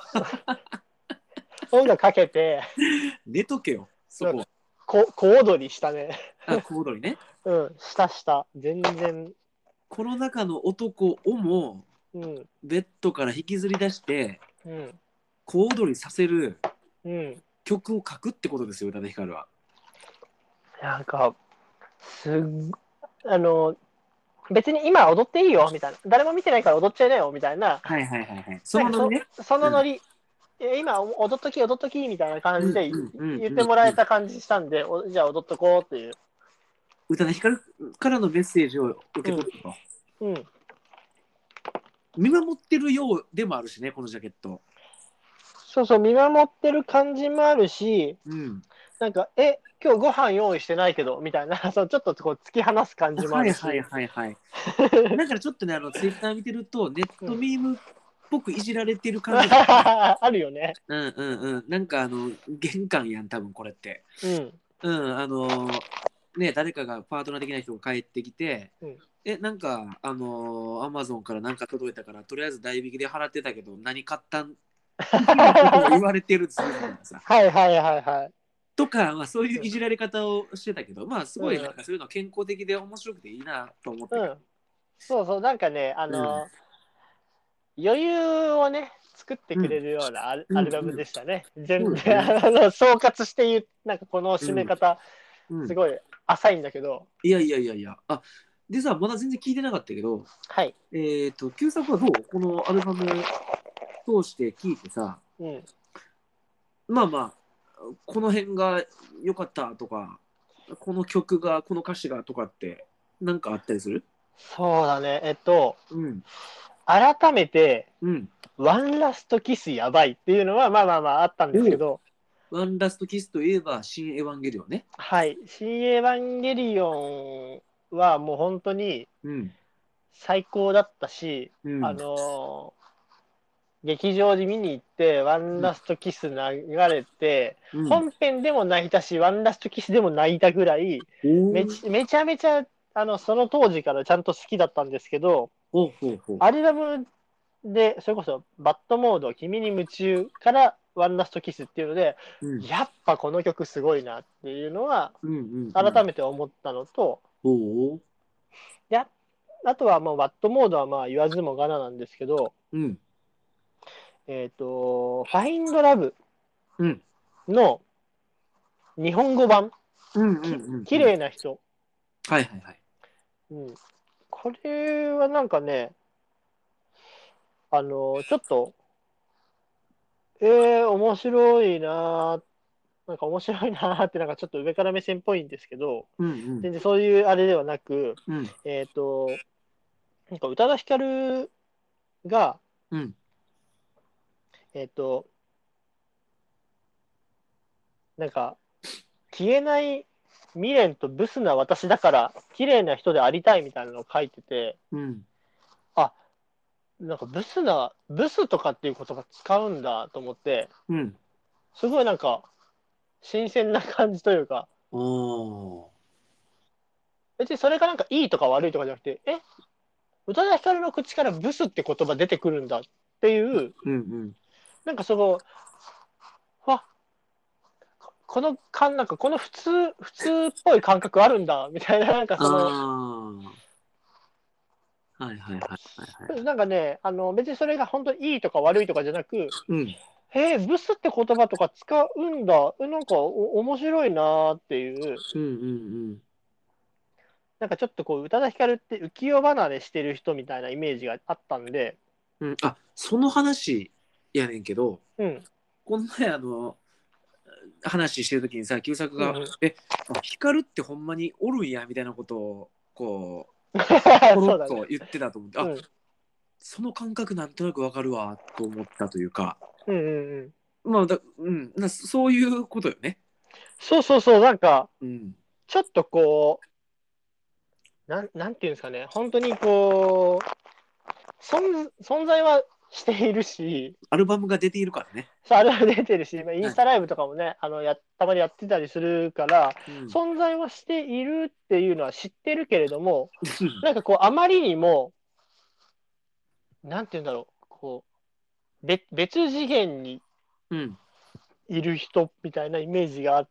音楽かけて、 寝とけよ、そなんかこは。 小踊りしたね。 小躍りね。 うん、した。全然、 コロナ禍の男をもうん、 ベッドから引きずり出してうん、 小躍りさせるうん。 曲を書くってことですよ、宇多田ヒカルは。 なんか、すっあの、別に今踊っていいよ、みたいな。誰も見てないから踊っちゃいなよ、みたいな。 はいはいはいはい。そなんかのノリね。 そのうん。 ノリ、今踊っとき、踊っとき、みたいな感うんじでうんうん言ってもらうんうん。 えた感じしたんで、じゃあ踊っとこうっていう。 宇多田ヒカルからのメッセージを受うん、 け取ると。 うん。 見守ってるようでもあるしね、このジャケット。 そうそう、見守ってる感じもあるし、 うん。 なんか、今日ご飯用意してないけど、みたいな、そうちょっとこう突き放す感じもあはいはいるし。 はいはい。だからちょっとね、ツイッター見てると、ネッうん、 トミームっぽくいじられてる感じが。 あるよね。 うんうんうん。なんか玄関やん、多分これって。 うん、 うん、ね、誰かがパートナー的な人が帰ってきて、 うん。 なんか、アマゾンからなんか届いたから、とりあえず代引きで払ってたけど、何買ったん的なことを言われてるとするじゃないですか。 はいはいはいはい。 とか、まあ、そういういじられ方をしてたけど、まあ、すごいなんうん、 かそういうの健康的で面白くていいなと思ったけど。 うん。そうそう、なんかね、 うん。 余裕をね、作ってうん。 くれるようなうん。 アルバムうん。 でしたね。全然、 そうだね。 総括して言う、なんかこのうん。 締め方、 うん。 すごい浅いんだけど、 いやいやいやいや。でさ、まだ全然聞いてなかったけど、 はい。 旧作はどうこのアルバム通して聞いてさ、 うん。 まあまあ、この辺が良かったとか、この曲が、この歌詞がとかって、なんかあったりする？ そうだね。 うん。 改めて、 うん。 ワンラストキスやばいっていうのは、まあまあまああったんですけおど、 ワンラストキスといえば、新エヴァンゲリオンね。 はい。新エヴァンゲリオンはもう本当にうん。 最高だったし、 うん。 劇場で見に行って、ワンラストキス流れて、 うん。 本編でも泣いたし、ワンラストキスでも泣いたぐらい、 おー。 めちゃめちゃ、その当時からちゃんと好きだったんですけど、 ほうほうほう。 アルバムで、それこそ、バッドモード、君に夢中からワンラストキスっていうので、 うん。 やっぱこの曲すごいなっていうのは、 うんうんうん。 改めて思ったのと、 おー。 で、あとはもう、バッドモードはまあ言わずもがななんですけど、 うん。 ファインドラブうん。 の日本語版、 うんうんうん綺うん。 麗な人。 はいはいはい。 うん。これはなんかね、ちょっと、面白いななんか面白いなってなんかちょっと上から目線っぽいんですけど、 うんうん。 全然そういうあれではなく、 うん。 えっと、なんか宇多田ヒカルが、 うん。 えっと、なんか、消えない未練とブスな私だから、綺麗な人でありたいみたいなのを書いてて、 うん。 あ、 なんかブスとかっていう言葉使うんだと思って、 うん。 すごいなんか新鮮な感じというか、 おー。 別にそれがなんかいいとか悪いとかじゃなくて、宇多田ヒカルの口からブスって言葉出てくるんだっていう、 うんうん。 なんかその、わ、なんかこの普通っぽい感覚あるんだ、みたいな、なんかあその、 あ。はいはいはいはいはい。 なんかね、別にそれが本当にいいとか悪いとかじゃなく、 うん。 ブスって言葉とか使うんだ、なんか面白いなーっていう、 うんうんなんかちょっとこう、宇多田ヒカルって浮世離れしてる人みたいなイメージがあったんで、 うん。うん。あ、その話やねんけど、 うん、 この前話してる時にさ、旧作が、 うん、うん。 光ってほんまにおるんやみたいなことを、こう、ポロッそうだね。 と言ってたと思って、 うん、 その感覚なんとなくわかるわと思ったというか、 うん、うん、うん。 そういうことよね。 そうそうそう、なんか、 うん。 ちょっとこなんていうんですかね、本当にこう、存在はしているし、 アルバムが出ているからね。 あれは出てるし、まあ、インはい。 スタライブとかもね、たまにやってたりするから、 うん。 存在はしているっていうのは知ってるけれども、なんかこう、あまりにも、なんていうんだろう、こ別次元にうん。 いる人みたいなイメージがあって、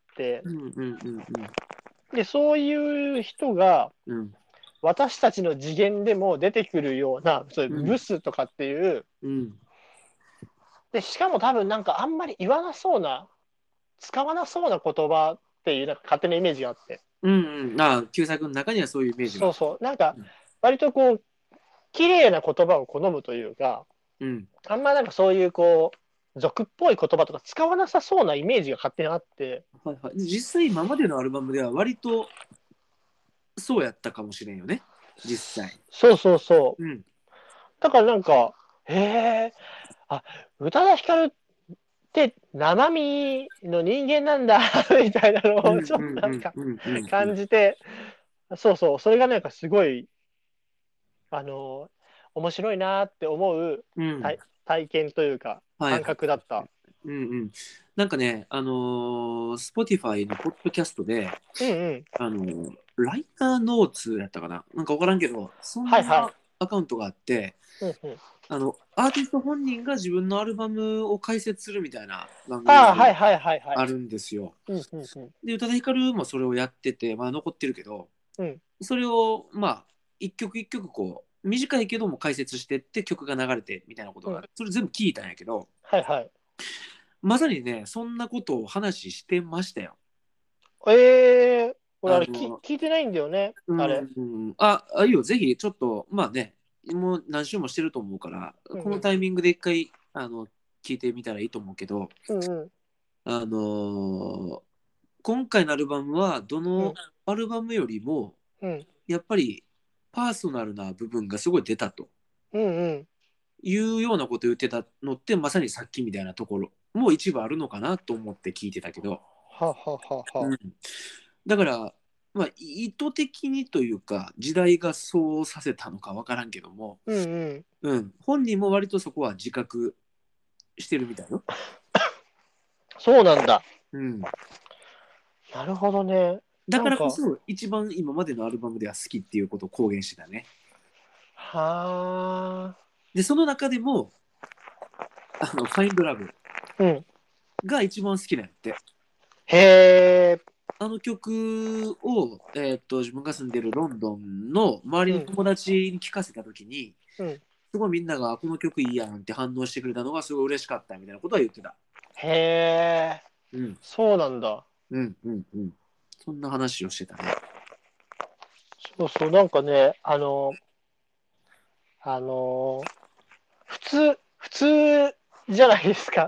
うんうんうんで、そういう人が、 うん。うん。 私たちの次元でも出てくるような、そういううん。 ブスとかっていう、 うん。 で、しかも多分なんかあんまり言わなそうな、使わなそうな言葉っていうなんか勝手なイメージがあって。 うんうん。ああ、旧作の中にはそういうイメージが。 そうそう。なんか、 うん。 割とこう、綺麗な言葉を好むというか、 うん。 あんまなんかそういうこう、俗っぽい言葉とか使わなさそうなイメージが勝手にあって、 はいはい。実際今までのアルバムでは割とそうやったかもしれんよね。実際。 そうそうそう。 うん。 だからなんか、へえ、あ、宇多田ヒカルって生身の人間なんだみたいなのうんをちょっうんうんとなんかうんうんうん。 感じて、そうそう、それがなんかすごい、あの、面白いなって思ううん。 体験というか、感はいはい。 覚だった。 うんうん。なんかね、Spotify のポッドキャストで、 うんうん。 ライナーノーツやったかななんかわからんけど、そんなはいはい。 アカウントがあって、 うんうん。 アーティスト本人が自分のアルバムを解説するみたいな番組ああ、はいがはいはいはい。 あるんですよ。 うんうんうん。 で、宇多田ヒカルもそれをやってて、まあ残ってるけど、 うん。 それを、まあ、一曲一曲こう、短いけども解説してって曲が流れてみたいなことうん。 がある。それ全部聞いたんやけど、 はいはい。 まさにね、そんなことを話してましたよ。 俺あれあの、 聞いてないんだよね、 うあれ。 ん、いいよ、ぜひ、ちょっと、まあね、もう何週もしてると思うから、このうんうん。 タイミングで一回、聞いてみたらいいと思うけど、 うんうん。 あの今回のアルバムは、どのうんアルバムよりも、 うん。 やっぱり、パーソナルな部分がすごい出たとうんうん。 いうようなことを言ってたのって、まさにさっきみたいなところも一部あるのかなと思って聞いてたけど、 はははは。 うん、だから、まあ、意図的にというか、時代がそうさせたのかわからんけども、 うんうん。 本人も割とそこは自覚してるみたいよ。 そうなんだ。 うん、 なるほどね。 だなんか、 からこそ、一番今までのアルバムでは好きっていうことを公言してたね。 はあ。 で、その中でも、Find Love うん。 が一番好きなんやって。 へえ。 あの曲を、自分が住んでるロンドンの周りうん。 の友達に聴かせたときに、 うん。 すごいみんながこの曲いいやんって反応してくれたのがすごい嬉しかったみたいなことは言ってた。 へえ。 うん、 そうなんだ。 うん。そんな話をしてたね。 そうそう。なんかね、あの、普通じゃないですか。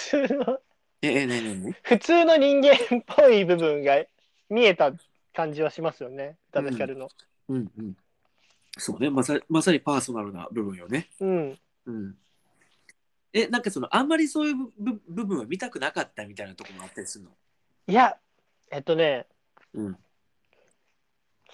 ね。 普通の人間っぽい部分が見えた感じはしますよね。宇多田ヒカうん、 ルの。 うん。そうね、まさにパーソナルな部分よね。 うん。 うん。なんかあんまりそういう部分は見たくなかったみたいなところもあったりするの？ いや、えっとね、 うん。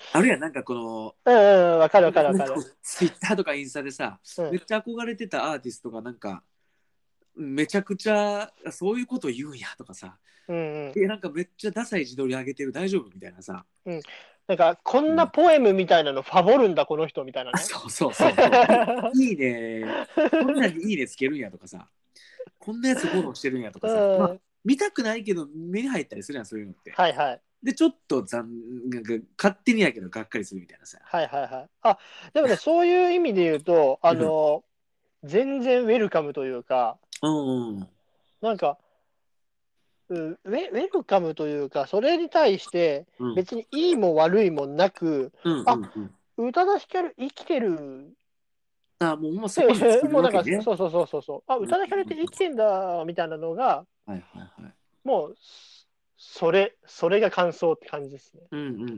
あるいはなんかこの、 うんうん、わかるわかるわかる。 ツイッターとかインスタでさ、 うん。 めっちゃ憧れてたアーティストがなんか、めちゃくちゃそういうこと言うんやとかさ、 うんうん。 なんかめっちゃダサい自撮り上げてる大丈夫みたいなさ、 うん。なんか、こんなうん、 ポエムみたいなのファボるんだ、この人みたいなね。 そうそうそうそう、いいね、こんなんにいいねつけるんやとかさ、こんなやつフォローしてるんやとうかさ、まあ、 ん。 見たくないけど目に入ったりするやん、そういうのって。 はいはい。 で、ちょっとなんか勝手にやけどがっかりするみたいなさ。 はいはいはい。あ、でもね、そういう意味で言うと、 うん。 全然ウェルカムというか、 うんうんなんか、ウェルカムというか、それに対してうん別にいいも悪いもなく、 うんうあ、 んうん。 宇多田ヒカル生きてるあ、もうそこでで、 作るもうなんか、 わけね。 そうそうそうそうそう、あ、宇うんうん多田ヒカルって生きてんだ、みたいなのが、 はいはいはい。 もう、それが感想って感じですね。 うんうんうんうん。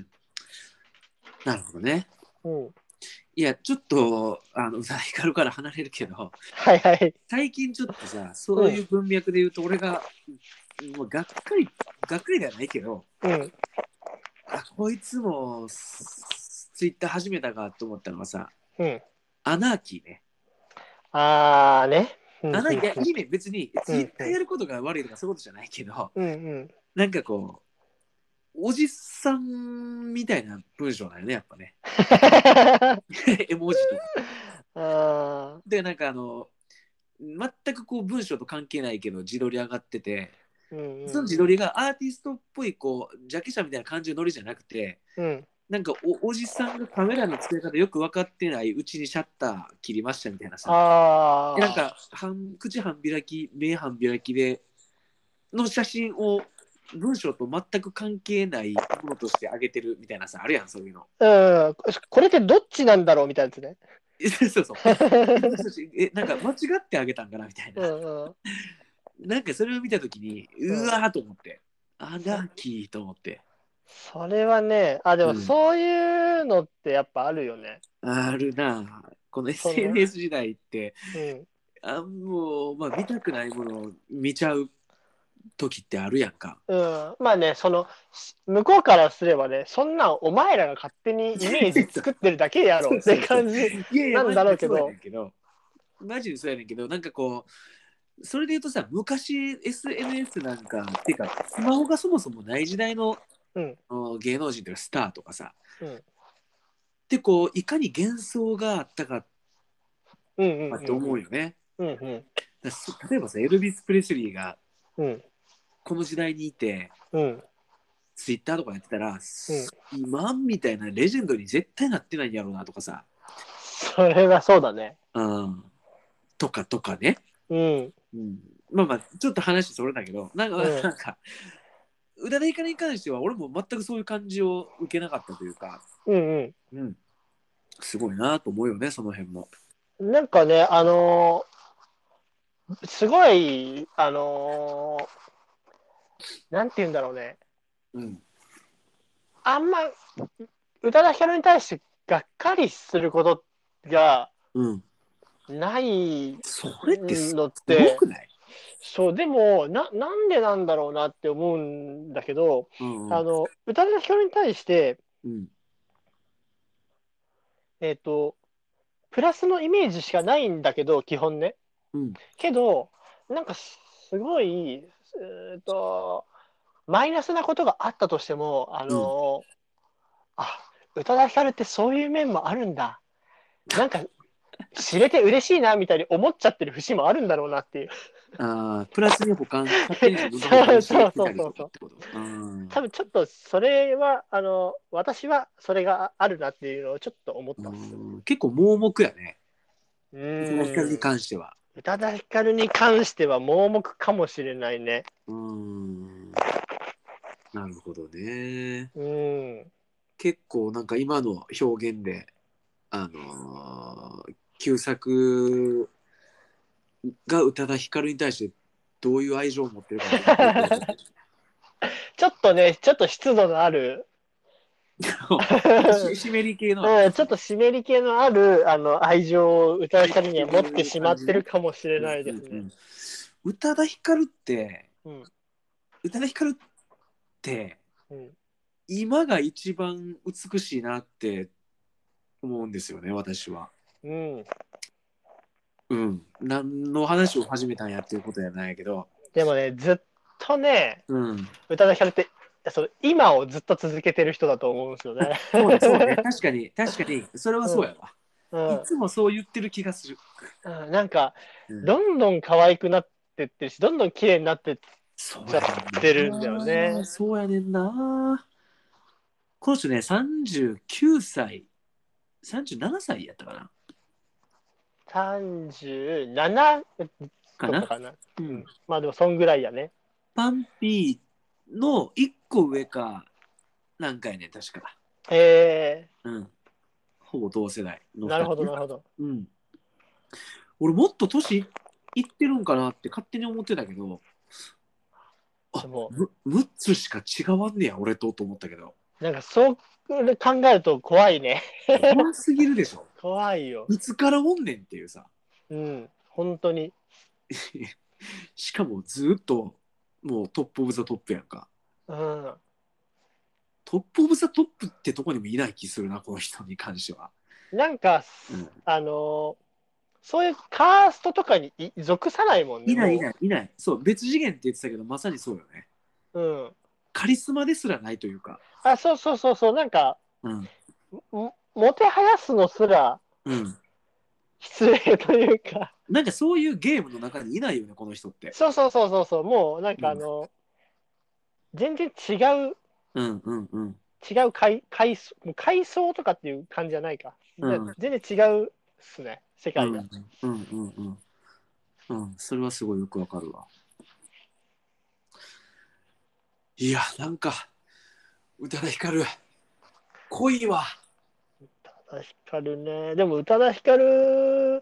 なるほどね。 うん。 いや、ちょっと、宇多田ヒカルから離れるけど、 はいはい。 最近ちょっとさ、そうん。 ういう文脈で言うと、俺が、もうがっかりではないけど、 うん。 あ、こいつもツイッター始めたかと思ったのはさ、 うん。 アナーキーね。 あーね。うん。うん。 アナーキー、いや、いいね、別にツイッうん。 ターやることが悪いとかそういうことじゃないけど、 うん。うん。 なんかこう、おじさんみたいな文章だよね、やっぱね。絵文字とか。 あで、なんか全くこう文章と関係ないけど自撮り上がってて、 ー。うん。 その自うん。 撮りがアーティストっぽいこうジャケ写みたいな感じのノリじゃなくて、 うん。 なんかおじさんがカメラの使い方よく分かってないうちにシャッター切りましたみたいなさ、なんあか口半開き目半開きでの写真を文章と全く関係ないものとして上げてるみたいなさ、あるやん、そういうの。 ー。うん。これってどっちなんだろうみたいなやつね。 そうそう。なんか間違ってあげたんかなみたいな。 うんうん。 なんかそれを見たときに、 うん。 うわーと思って、アナーキーと思って。 それはね、あ、でもうん。 そういうのってやっぱあるよね。 あるな。このその、 SNS 時代って、 うん。 もう、まあ、見たくないものを見ちゃう時ってあるやんか。 うん。まあね、向こうからすればね、そんなんお前らが勝手にイメージ作ってるだけやろってそうそうそう。 感じいやいや、 なんマジでそうやねだろうけど、 んけど、マジでそうやねんけど、なんかこう、それで言うとさ、昔 SNS なんか、っていうか、スマホがそもそもない時代のうん。 芸能人とかスターとかさ、 うん。 でこう、いかに幻想があったかうんうんって思うよね。 うんうん。うん例えばさ、エルビス・プレスリーがうん。 この時代にいて、 うん。 ツイッターとかやってたら、 うん。 今みたいなレジェンドに絶対なってないんやろうなとかさ、 それはそうだね。 うん、とかね、 うん。 うん、まあまあ、ちょっと話それだけど、 うん。 なんか、宇多田ヒカルに関しては、俺も全くそういう感じを受けなかったというか、 うんうん、すごいなと思うよね、その辺も。 うん。なんかね、すごい、なんて言うんだろうね。 うん、 あんま、宇多田ヒカルに対してがっかりすることがうん。 ないそれってすのっごて、 くない？ そう、でも、なんでなんだろうなって思うんだけど、 うんうん宇多田ヒカルに対して、 うんえっと、プラスのイメージしかないんだけど、基本ね。 うんけど、なんかすごい、マイナスなことがあったとしても、 うんあ、宇多田ヒカルってそういう面もあるんだ。なんか知れて嬉しいなみたいに思っちゃってる節もあるんだろうなっていう。 プラスに勝手に自分が保そう管してそういたりそうそうそう。 とかってこと。うん。 多分ちょっとそれは、私はそれがあるなっていうのをちょっと思ってます。 結構盲目やね。 う宇多田ヒカルにーん。 関しては。 宇多田ヒカルに関しては盲目かもしれないね。 なるほどね。 うーん。 結構なんか今の表現で、旧作が宇多田ヒカルに対してどういう愛情を持ってるかっていうのがよくわかる。 ちょっとね、ちょっと湿度のあるちょっと湿り系のあるうん、 感じ。 ちょっと湿り気のある愛情を宇多田ヒカルには持って入ってるしまってる感じね。 かもしれうんないですね。 うんうん。宇多田ヒカルって、 うん。 宇多田ヒカルって、 うん。 今が一番美しいなって思うんですよね、私は。 うん。 うん。何の話を始めたんやっていうことじゃないけど。 でもね、ずっとね、 うん。 宇多田ヒカルって、今をずっと続けてる人だと思うんですよね。 そうね、そうね。確かに、確かに、それはそうやわ。 うん。 いつもそう言ってる気がする。 うん、なんか、 うん。 どんどん可愛くなってってるし、どんどん綺麗になってっちゃっそうやてねるんだよんな。 ね。 そうやねんな。この人ね、39歳、37歳やったかな。 37 かな。 とかかな。 うん。 うん。まあでも、そんぐらいやね。 パンピーの1個上か、なんかやね、確か。 えうん。ほぼ同世代の2 なるほど、 人ね。 なるほど。 うん。俺もっと年いってるんかなって勝手に思ってたけど、あ、 でも、 6つしか違わんねや、俺と思ったけど。 なんかそう考えると怖いね。 怖すぎるでしょ。 怖いよ。 いつからおんねんっていうさ。 うん。本当に。 しかもずっともうトップオブザトップやんか。 うん。 トップオブザトップってとこにもいない気するな、この人に関しては。 なんか、 うん、 そういうカーストとかに属さないもんね、 いないいもないいない。そう、別次元って言ってたけど、まさにそうよね。 う。うん。 カリスマですらないというか。 あ、そうそうそうそう。なんか、 うん。 もてはやすのすらうん。 失礼というか。 なんかそういうゲームの中にいないよね、この人って。 そうそうそうそうそう。もう、なんうん。 か全然う、 うんうんうん。 違う階層とかっていう感じじゃないか。 うん。 全然違うっすね、世界が。 うんうんうんうん。うん。それはすごいよくわかるわ。いや、なんか、宇多田ヒカル、濃いわ。 宇多田ヒカルね。でも宇多田ヒカル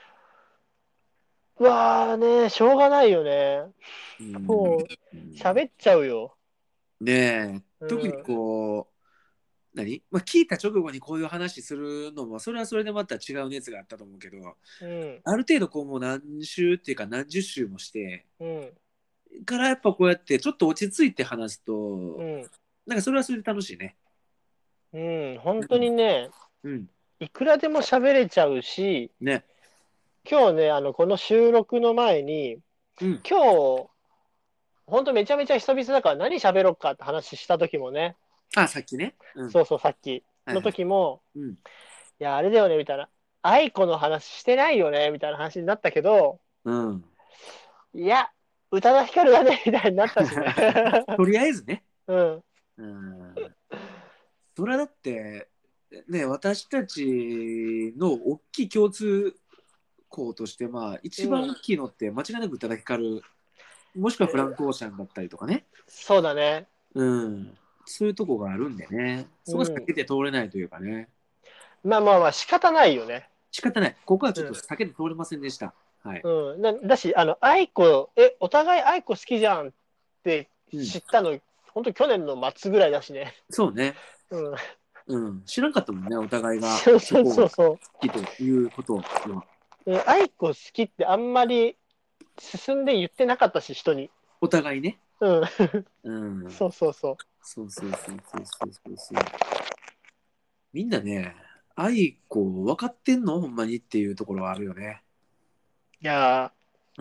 はね、しょうがないよね。 うん。 もう、 うん、 喋っちゃうよ。 ねえ、 う特にん。 こう、まあ、聞いた直後にこういう話するのも、それはそれでまた違う熱があったと思うけど、 うん。 ある程度こうもう何週っていうか何十週もして、 うん。 からやっぱこうやってちょっと落ち着いて話すと、 うん。 なんかそれはそれで楽しいね。 うん。本当うん。 にね、 うん。 いくらでも喋れちゃうし、 ね。 今日ね、この収録の前に、 うん。 今日、本当めちゃめちゃ久々だから何喋ろっかって話した時もね、 あ、さっきね。うん。 そうそう、さっきのはいはい。 時も、 うん。 いや、あれだよね、みたいな。愛子の話してないよね、みたいな話になったけど、 うん。 いや、宇多田ヒカルがね、みたいになったしね。 とりあえずね。 うん。 うん。それはだって、ね、私たちの大きい共通項として、まあ、一番大うん。 きいのって間違いなく宇多田ヒカル、もしくはフランク・オーシャンだったりとかね。 そうだね。 うん。そういうとこがあるんでね。そこは避うん。 けて通れないというかね。 まあまあまあ、仕方ないよね。 仕方ない。ここはちょっとうん。 避けて通れませんでした。はい。 うん。だし、愛子、お互い愛子好きじゃんってうん。 知ったの、本当去年の末ぐらいだしね。 そうね。 うん。 うん。知らんかったもんね。お互いがそうそうそこを好そうそきということは。 う。愛子好きってあんまり進んで言ってなかったし、人に。 お互いね。 うん。 うん。 そうそうそそうそうそうそうそうそうそう。みんなね、愛子分かってんのほんまにっていうところはあるよね。 う。いやうん。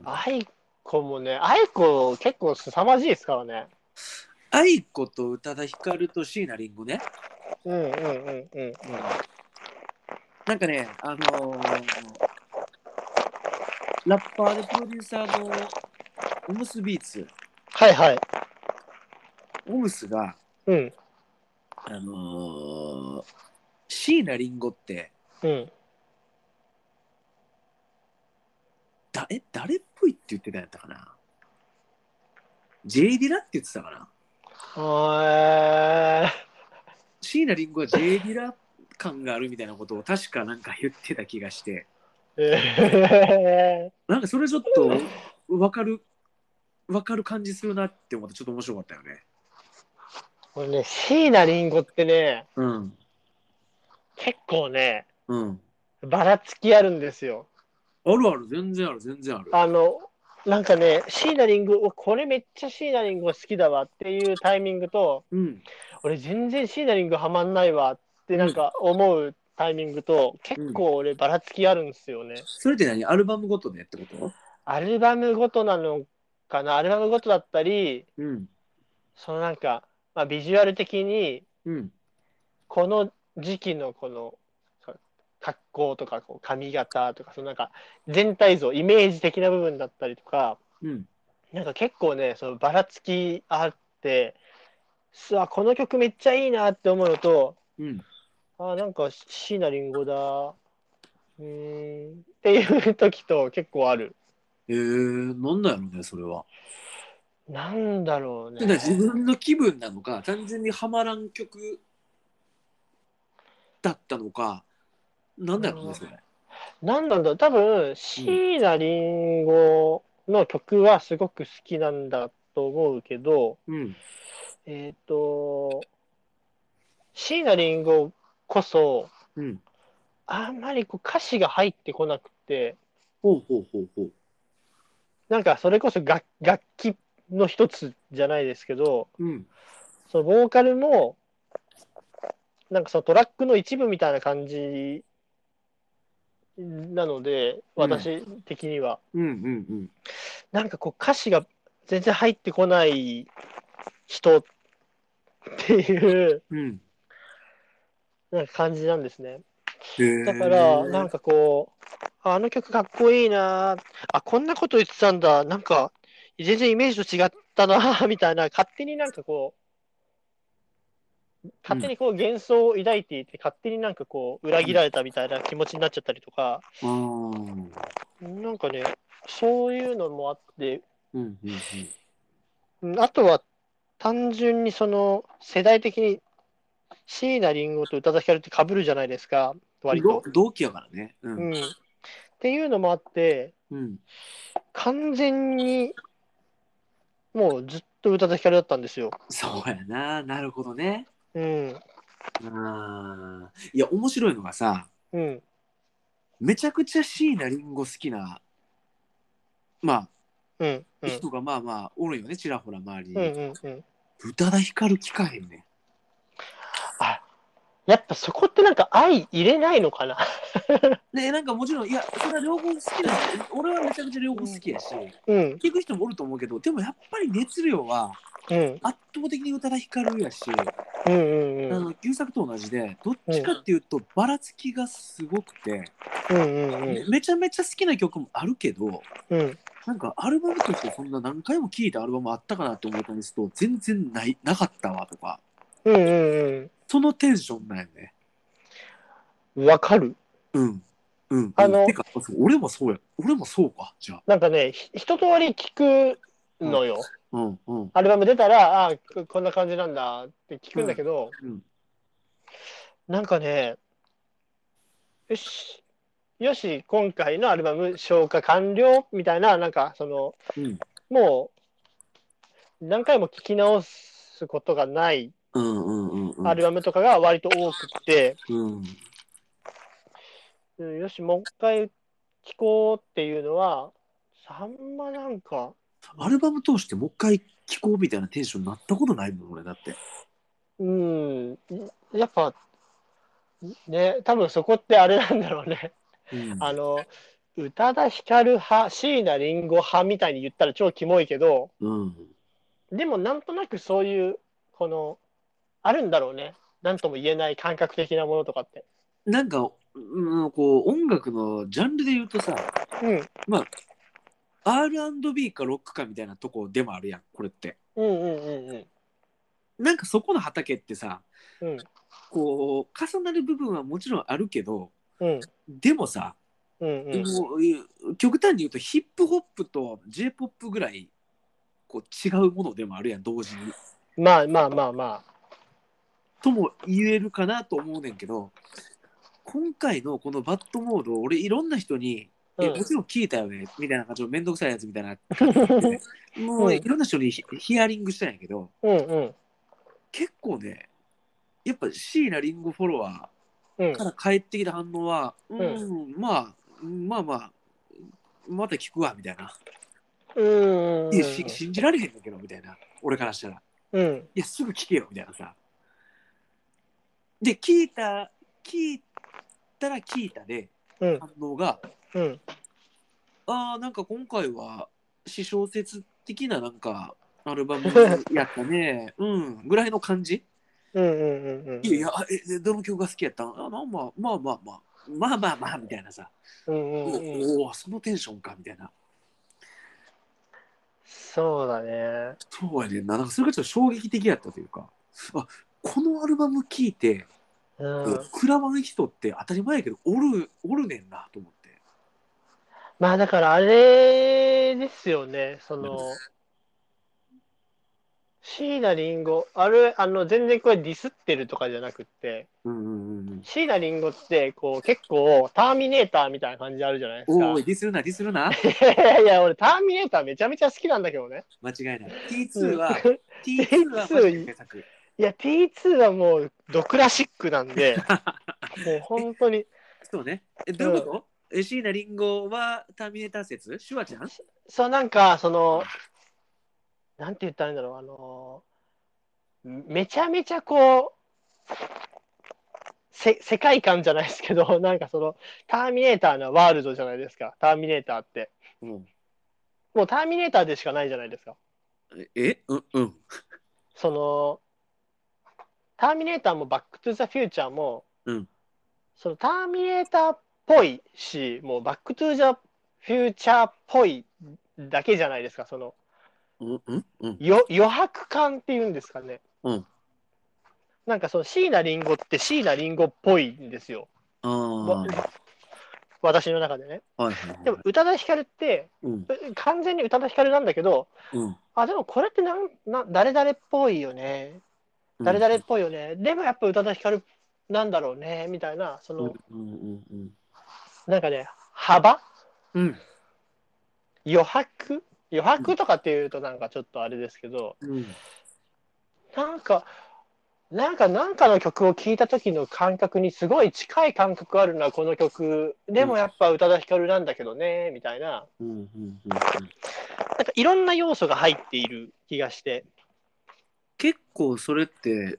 愛子もね、愛子結構凄まじいですからね。 愛子と宇多田ヒカルと椎名林檎ね。 うんうんうんうんうん。 なんかね、ラッパーでプロデューサーのオムスビーツ、 はいはい。 オムスが、 うん。 あのー、椎名林檎ってうん。 誰っぽいって言ってたんやったかな。J ディラって言ってたかな。 あ椎名林檎は J ディラ感があるみたいなことを確かなんか言ってた気がして、なんかそれちょっと分かる、分かる感じするなって思ってちょっと面白かったよね。 これね、椎名林檎ってね、 うん。 結構ね、 うん。 ばらつきあるんですよ。 あるある、全然ある、全然ある。 あの、 なんかね、椎名林檎、これめっちゃ椎名林檎好きだわっていうタイミングと、 うん。 俺全然椎名林檎ハマんないわってなんうん。 か思うタイミングと、結うん。 構俺ばらつきあるんですよね。 それって何アルバムごとでってこと？ アルバムごとなのかな、アルバムごとだったり、 うん。 そのなんか、まあ、ビジュアル的に、 うん。 この時期のこの格好とかこう髪型とか、そのなんか全体像、イメージ的な部分だったりとか、 うん。 なんか結構ね、そのばらつきあって、この曲めっちゃいいなって思うのと、 うん。 なんか椎名林檎だ、っていう時と結構ある。 なんだろうね、それは。 なんだろうね。 だから自分の気分なのか、単純にハマらん曲だったのか、なんだろうね、それ。 なんなんだろう、多分、 うん。 椎名林檎の曲はすごく好きなんだと思うけど、 うん。 えっと、椎名林檎こそ、 うん。 あんまりこう歌詞が入ってこなくて、 ほうほうほうほう。 なんかそれこそ楽器の一つじゃないですけど、 うん。 そのボーカルも、なんかそのトラックの一部みたいな感じなので、 うん。 私的には。 うんうんうん。 なんかこう歌詞が全然入ってこない人っていううん。 なんか感じなんですね。 へだから、なえ。 んかこう、あの曲かっこいいな、こんなこと言ってたんだ、なんか、全然イメージと違ったな、みたいな、勝手になんかこう、 うん。 勝手にこう幻想を抱いていて、勝手になんかこう、裏切られたみたいな気持ちになっちゃったりとか、 ああ。うんなんかね、そういうのもあって、 うんうん。 あとは単純にその世代的に椎名林檎と宇多田ヒカルって被るじゃないですか、割と。 同期やからね。うん。 うん。っていうのもあって、 うん。 完全にもうずっと宇多田ヒカルだったんですよ。 そうやな。なるほどね。 うん。 ああ。いや、面白いのがさ、 うん。 めちゃくちゃ椎名林檎好きな、まあ、 うん。うん。 人がまあまあ、おるよね、ちらほら周りうん。 に。 うん。うん。 宇多田ヒカル聞かへんねあ、やっぱそこってなんか愛入れないのかな。 ん。で、なんかもちろん、いや、それは両方好きな人、俺はめちゃくちゃ両方好きやし、 うん。 聞く人もおると思うけど、でもやっぱり熱量はうん。 圧倒的に宇多田ヒカルやし、 うん。うん。 旧作と同じで、どっうん。 ちかっていうと、ばらつきがすごくて、 うん。うん。 めちゃめちゃ好きな曲もあるけど、 うん。 なんかアルバムとしてそんな何回も聴いたアルバムあったかなって思ったんですと、全然なかったわとか、 うん。うん。 そのテンションなんやね。 うん。わかる。 うん。うんうん。てあの、 か、そう俺もそうや。俺もそうか、じゃあ。 なんかね、一通り聞くうんのよ。 うんうんアルバム出たら、こんな感じなんだって聞くんだうんけど、 うんなんかね、よし、よし、今回のアルバム消化完了みたいな、なんか、その、 うんもう何回も聞き直すことがないうんうんうんアルバムとかが割と多くて、 うんよし、もう一回聞こうっていうのは、あんまなんか、 アルバム通してもう一回聴こうみたいなテンションになったことないもん、俺だって。 うん、やっぱね、多分そこってあれなんだろうね。 うん。 あの、宇多田ヒカル派、椎名林檎派みたいに言ったら超キモいけど、 うん。 でもなんとなくそういう、この、あるんだろうね。なんとも言えない感覚的なものとかって。 なんか、こう、音楽のジャンルで言うとさ、 うん、 まあ、R&B かロックかみたいなとこでもあるやん、これって。 うん、うん、うん、うん。 なんかそこの畑ってさ、 うん、 こう、重なる部分はもちろんあるけど、 うん、 でもさ、 うん、うん。 もう極端に言うとヒップホップと J-POP ぐらいこう違うものでもあるやん、同時に。 まあまあまあまあ。 とも言えるかなと思うねんけど、今回のこのバッドモード、俺いろんな人に、 うん。 もちろん聞いたよね、みたいな感じのめんどくさいやつみたいな感じで、もういうん、 ろんな人にヒアリングしたんやけど、 うん、うん、 結構ね、やっぱ椎名林檎フォロワうん、 ーから返ってきた反応は、 うん。 まあまあ、また聞くわ、みたいな。 信じられへんだけどみたいな、俺からしたら。 うん。 いや、すぐ聞けよみたいなさ。で、聞いたら聞いたで、 うん。 反応が、 うん。 なんか今回は詩小説的ななんかアルバムやったね、ぐらいの感じ。 うんうんうんうんいやいや、どの曲が好きやったん？まあみたいなさ。 うんうんうん。 そのテンションかみたいな。 そうだね。 そうやねんな。なんかそれがちょっと衝撃的やったというか、このアルバム聴いて、 うん。 食らわん人って当たり前やけど、おるねんなと思って。 まあだからあれですよね。椎名林檎、全然これディスってるとかじゃなくって、椎名林檎ってこう結構ターミネーターみたいな感じあるじゃないですか。 おい、ディスるな、ディスるな。 いやいや、俺ターミネーターめちゃめちゃ好きなんだけどね。 間違いない。 う T2 ん、 は、T2 はマジで T2、 傑作。 いや、T2 はもうドクラシックなんで、もう本当に、 そうね。どういうこうん。 と？椎名林檎はターミネーター説？シュワちゃん？ そうなんか、なんて言ったらいいんだろう、めちゃめちゃこう、世界観じゃないですけど、なんかターミネーターなワールドじゃないですか、ターミネーターって。 うん。 もうターミネーターでしかないじゃないですか。 うん。 その、ターミネーターもバックトゥザフューチャーも、 うん。 そのターミネーターっぽいし、もうバックトゥザフューチャーっぽいだけじゃないですか、余白感っていうんですかね。 うん。 なんか椎名林檎って椎名林檎っぽいんですよ。 ああ。はい私の中でね。 はいはい。 でも宇多田ヒカルって、 うん。 完全に宇多田ヒカルなんだけど、 うん。 でもこれって誰々っぽいよね。 うん。 誰々っぽいよね。でもやっぱ宇多田ヒカルなんだろうね。みたいな、 うん。うん。 なんかね、幅うん。 余白余白とかっていうとなんかちょっとあれですけど、 うん。 なんか、なんかの曲を聴いた時の感覚にすごい近い感覚あるな、この曲。でもやっぱ宇多田ヒカルなんだけどね、みたいな。 うん。 なんかいろんな要素が入っている気がして。 結構それって、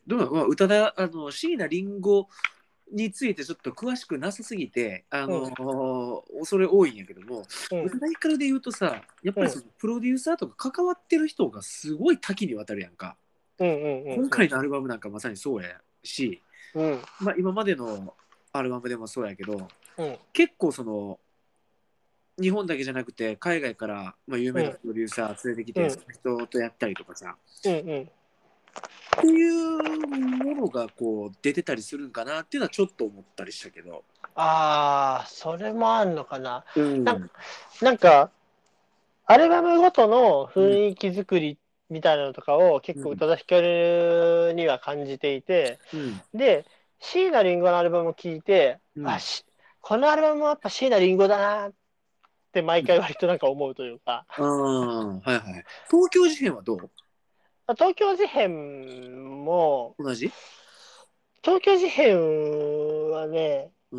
どうなの？宇多田、椎名林檎についてちょっと詳しくなさすぎて、 うん、 それ多いんやけども、 うん、 宇多田ヒカルで言うとさ、やっぱりそうん、 のプロデューサーとか関わってる人がすごい多岐にわたるやんか。 うん、うん、うん、 今回のアルバムなんかまさにそうやし、 うん、 まあ、今までのアルバムでもそうやけど、 うん、 結構その日本だけじゃなくて海外から、まあ、有名なうん、 プロデューサー連れてきて、 うん、 その人とやったりとかさうん。 っていうものがこう出てたりするんかなっていうのはちょっと思ったりしたけど。 それもあんのかな。 うなんん。 なんか、アルバムごとのうん。 雰囲気作りみたいなのとかを結うん。 構宇多田ヒカルには感じていて、 うん。 で、椎名林檎のアルバムを聴いて、 うん。 このアルバムはやっぱ椎名林檎だなって毎回割となんか思うというか、 ああ、はいはい。東京事変はどう？ 東京事変も、 同じ？ 東京事変はね、 うん。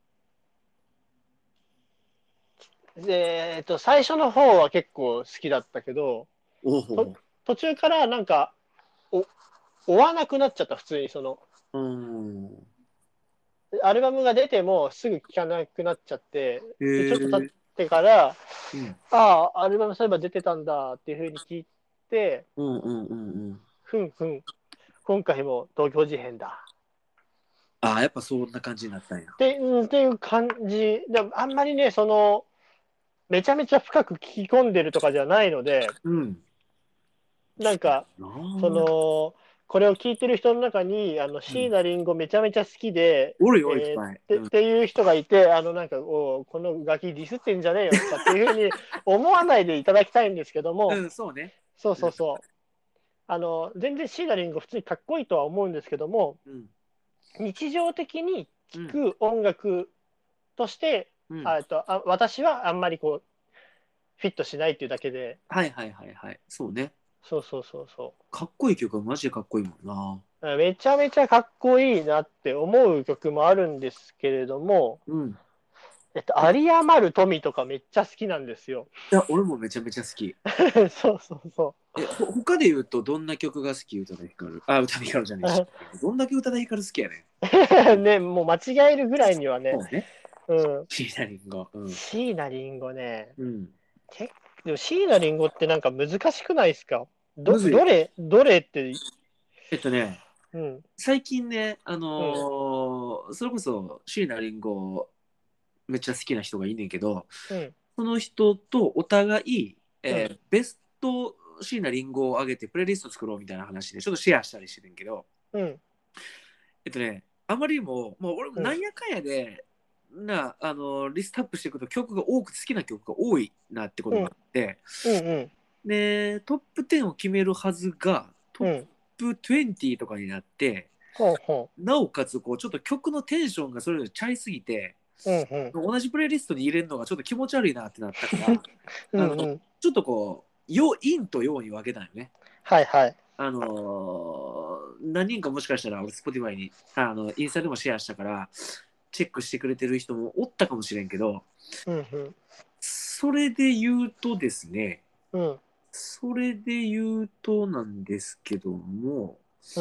最初の方は結構好きだったけど、とおお。 途中からなんか追わなくなっちゃった、普通にうん。 アルバムが出てもすぐ聴かなくなっちゃって、 へで、ちょっと経っえ。 てから、 うん。 アルバムそういえば出てたんだっていうふうに聞いて、 うん。 ふんふん、今回も東京事変だ。 ああ、やっぱそんな感じになったんや。 っていう感じ。であんまりね、めちゃめちゃ深く聞き込んでるとかじゃないので、 うん。 なんか、 なそあ。 の、これを聞いてる人の中に、 うん。 椎名林檎めちゃめちゃ好きで、 おるよ、いっぱい。うん。 っていう人がいて、なんか、このガキディスってんじゃねえよとかっていうふうに思わないでいただきたいんですけども、 うん、そうね。 そううん。 そうそう。全然椎名林檎普通にかっこいいとは思うんですけども、 うん。 日常的にうん。 聴く音楽として、 うん。 私はあんまりこう、フィットしないっていうだけで、 はい。そうね。 そうそうそうそかっこいい曲はマジでかっこいいもんな。 う。めちゃめちゃかっこいいなって思う曲もあるんですけれども、 うん。 有り余る富とかめっちゃ好きなんですよ。 いや、俺もめちゃめちゃ好き。 そうそうそ他で言うと、どんだけ曲が好き？宇多田ヒカル。あ、宇多田ヒカルじゃねえし。どんだけ宇多田ヒカル好きやねう。ね、もう間違えるぐらいにはん。 ね。 そうね。 うん。 椎名林檎。うん。 椎名林檎ね。 うん。 でも椎名林檎ってなんか難しくないですか？ むずい。 どれって、 ね、 うん、 最近ね、 うん、 それこそ椎名林檎めっちゃ好きな人がいんねんけど、 うん、 その人とお互い、 うん、 ベスト椎名林檎を上げてプレイリスト作ろうみたいな話でちょっとシェアしたりしてるんけど、 うん、 あまりにも、もう俺もうん、 なんやかんやで、リストアップしていくと曲が多く好きな曲が多いなってことうん、 があって、 うん、 で、トップ10を決めるはずが、トッうん、 プ20とかになって、 ほうほなおかつこうちょっと曲のテンションがそれぞれちゃいすぎて、 う、うん、うん、 同じプレイリストに入れるのがちょっと気持ち悪いなってなったから、 うん、 あの、 うん、 ちょっとこう、陰と陽に分けたんよね。 はいはい、 何人かもしかしたら俺 Spotify にインスタでもシェアしたからチェックしてくれてる人もおったかもしれんけど、 うん、うん、 それで言うとですね、 うん、 それで言うとなんですけども、 うん、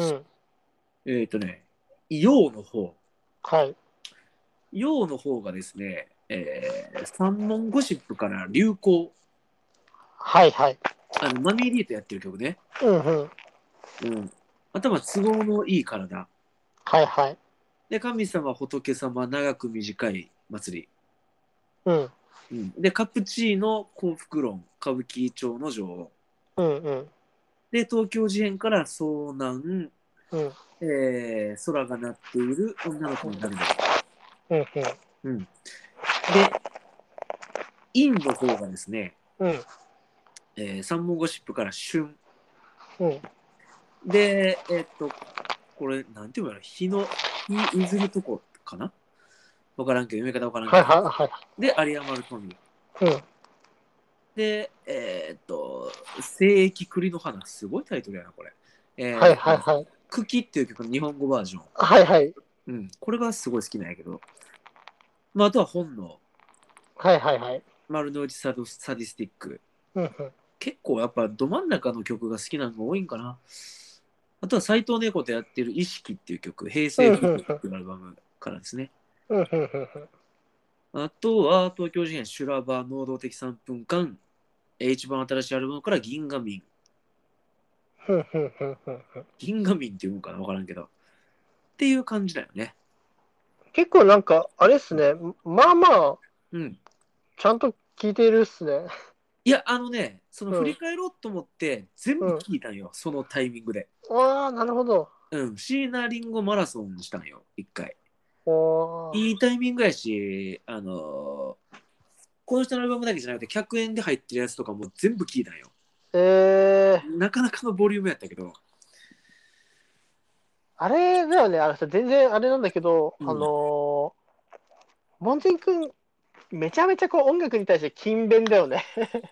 陽の方、 はい、 陽の方がですね、三文ゴシップから流行、 はいはい、 マミー・リーとやってる曲ね。 うん、うん、 うん。頭都合のいい体。 はいはい、 で、神様、仏様、長く短い祭り。 うん、 うん、で、カプチーノ、幸福論、歌舞伎町の女王。 うん、うん、 で、東京事変から遭難、 うん、 空が鳴っている女の子の涙。 うん、 うん。で、陰の方がですね、 うん、 三文ゴシップから春。 うん、 で、これ、なんていうの日移るとこかなわからんけど、読み方わからんけど。 はいはいはい、 で、有り余る富。 うん、 で、聖域栗の花。すごいタイトルやな、これ。 はいはいはい、 茎っていう曲の日本語バージョン。 はいはい、 うん。これがすごい好きなんやけど。まあ、あとは本能。 はいはいはい、 丸の内サディスティック。 うん、うん、 結構やっぱど真ん中の曲が好きなのが多いんかな。あとは斎藤猫とやってる意識っていう曲。平うん、 成フうん、 ルっていうアルバムからですね。 うん、うん、うん、 あとは東京事変修羅場能動的3分間。一番新しいアルバムから銀河民。 うん、うん、うん、うん、 銀河民っていうのかなわからんけど。っていう感じだよね。 結構なんか、あれっすね。まあまあ、 うん。 ちゃんと聞いてるっすね。 いや、そのうん、 振り返ろうと思って全部うん。 聞いたんよ。そのタイミングで。 ああ、なるほど。 うん。椎名林檎マラソンしたんよ。一回。 おー。 いいタイミングやし、この人のアルバムだけじゃなくて、100円で入ってるやつとかも全部聞いたんよ。 えー、 なかなかのボリュームやったけど。 あれだよね。あれさ、全然あれなんだけど、 うん。 門前くん、めちゃめちゃこう音楽に対して勤勉だよね。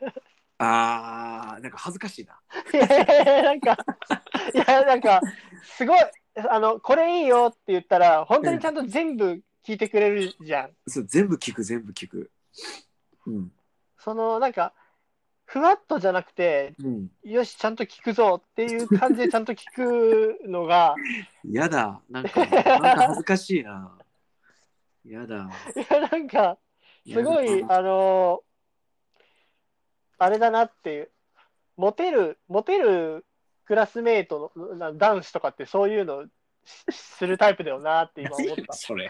なんか恥ずかしいな。 いやいやいや、なんか、いや、なんか、すごい、これいいよって言ったら、本当にちゃんと全部聞いてくれるじゃん。 そう、全部聞く、全部聞く。うん。 なんか、ふわっとじゃなくて、 うん。 よし、ちゃんと聞くぞっていう感じでちゃんと聞くのが、 やだ。なんか、恥ずかしいな。やだ。 いや、なんか、すやだ。 ごい、あれだなっていう、モテるクラスメイトの男子とかってそういうのするタイプだよなって今何や思った。 それ。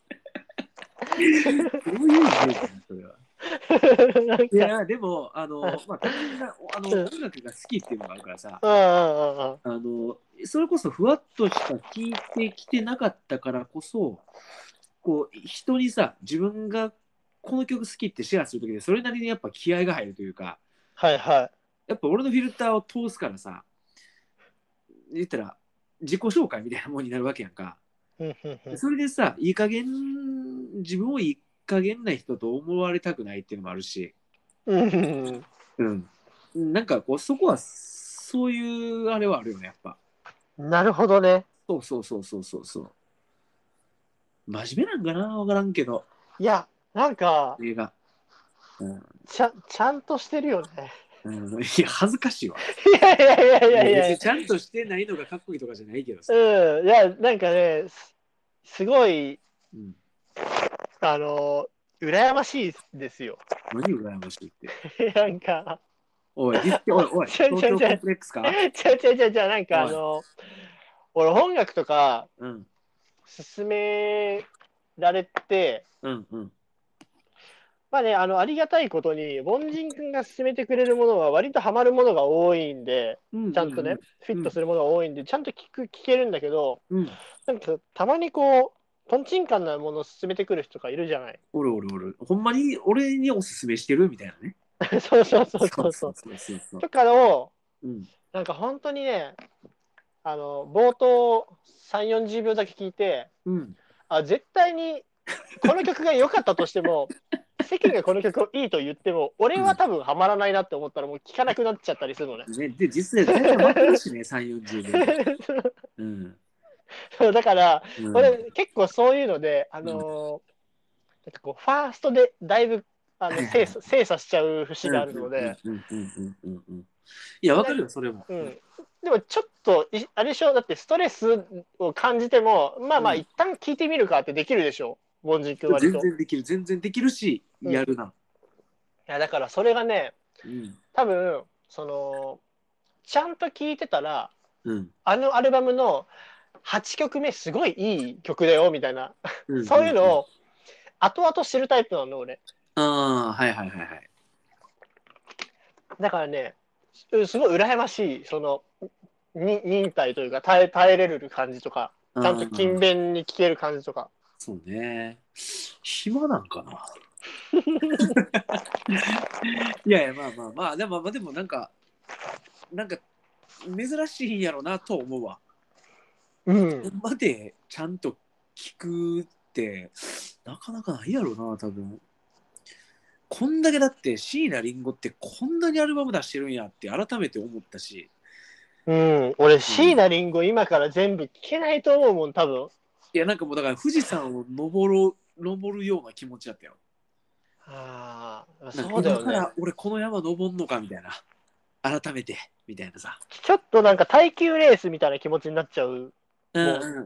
どういうイメージなのそれは。 なんか、 いや、でも、単純な、音楽が好きっていうのがあるからさ、 うんうんうんうん。 それこそふわっとしか聞いてきてなかったからこそ、こう、人にさ、自分がこの曲好きってシェアするときで、それなりにやっぱ気合が入るというか、 はいはやっぱ俺のフィルターを通すからさ、言ったら、自己紹介みたいなもんになるわけやんか。 い。うんうんうん。 それでさ、いい加減、自分をいい加減な人と思われたくないっていうのもあるし、 うんうん。なんかこう、そこは、そういうあれはあるよね、やっぱ。 うん、なるほどね。 そうそうそうそうそうそう。真面目なんかなわからんけど。 いや、 なんか、 映画。 ちゃんとしてるよね。 いや、恥ずかしいわ。 いやいやいやいやいや。 別にちゃんとしてないのがかっこいいとかじゃないけどさ。 うん。いや、なんかね、すごい、 うん、 あの、羨ましいですよ。 何羨ましいって。 なんか、 おい、おい、東京コンプレックスか？ なんかおい。 俺音楽とかうん、 勧められて、 うん、うん。 まあね、ありがたいことに、凡人君が勧めてくれるものは割とハマるものが多いんで、 うん、うん、 ちゃんとね、フィうん、 ットするものが多いんで、ちゃんと聞けるんだけど、 うん。 なんかたまにこう、とんちんかんなものを勧めてくる人がいるじゃない。 おる。ほんまに俺におすすめしてるみたいなね。 そう。とかを、 うん。 なんか本当にね、冒頭3、40秒だけ聞いて、 うん。 絶対にこの曲が良かったとしても、世間がこの曲をいいと言っても、俺は多分ハマらないなって思ったらもう聞かなくなっちゃったりするのね。 ね、で、実際大体負けるしね、3、40秒で。うん。 だから、 うん。 俺結構そういうので、 うん。 なんかこう、ファーストでだいぶはいはいはい。 精査しちゃう節があうんるので、 いや、わかで、 るよ、それも。 うん。でもちょっとあれでしょ、だってストレスを感じても、まあうん。 まあ一旦聞いてみるかってできるでしょ、凡人君割と。 全然できるし、 うん。いやるな。 や、だからそれがね、 うん。 多分、ちゃんと聞いてたら、 うん。 あのアルバムの8曲目すごいいい曲だよ、みたいな。 うん。 そういううん。 のを後々知るタイプなの、俺。 ああ、はいはいはいはい。 だからね、すごい羨ましい、忍耐というか耐えれる感じとか、ちゃんと勤ああ、 勉に聞ける感じとか。 そうね。暇なんかな。いやいや、でもなんか、珍しいんやろなと思うわ。 うん。 ここまでちゃんと聞くって、なかなかないやろな、多分。こんだけだって椎名林檎ってこんなにアルバム出してるんやって改めて思ったし、 うん。俺、 うん、 椎名林檎今から全部聞けないと思うもん、多分。 いやなんかもうだから富士山を登るような気持ちだったよ。 ああ、 なんかそうだよね。 今から俺この山登んのかみたいな、改めてみたいなさ。 ちょっとなんか耐久レースみたいな気持ちになっちゃうもん。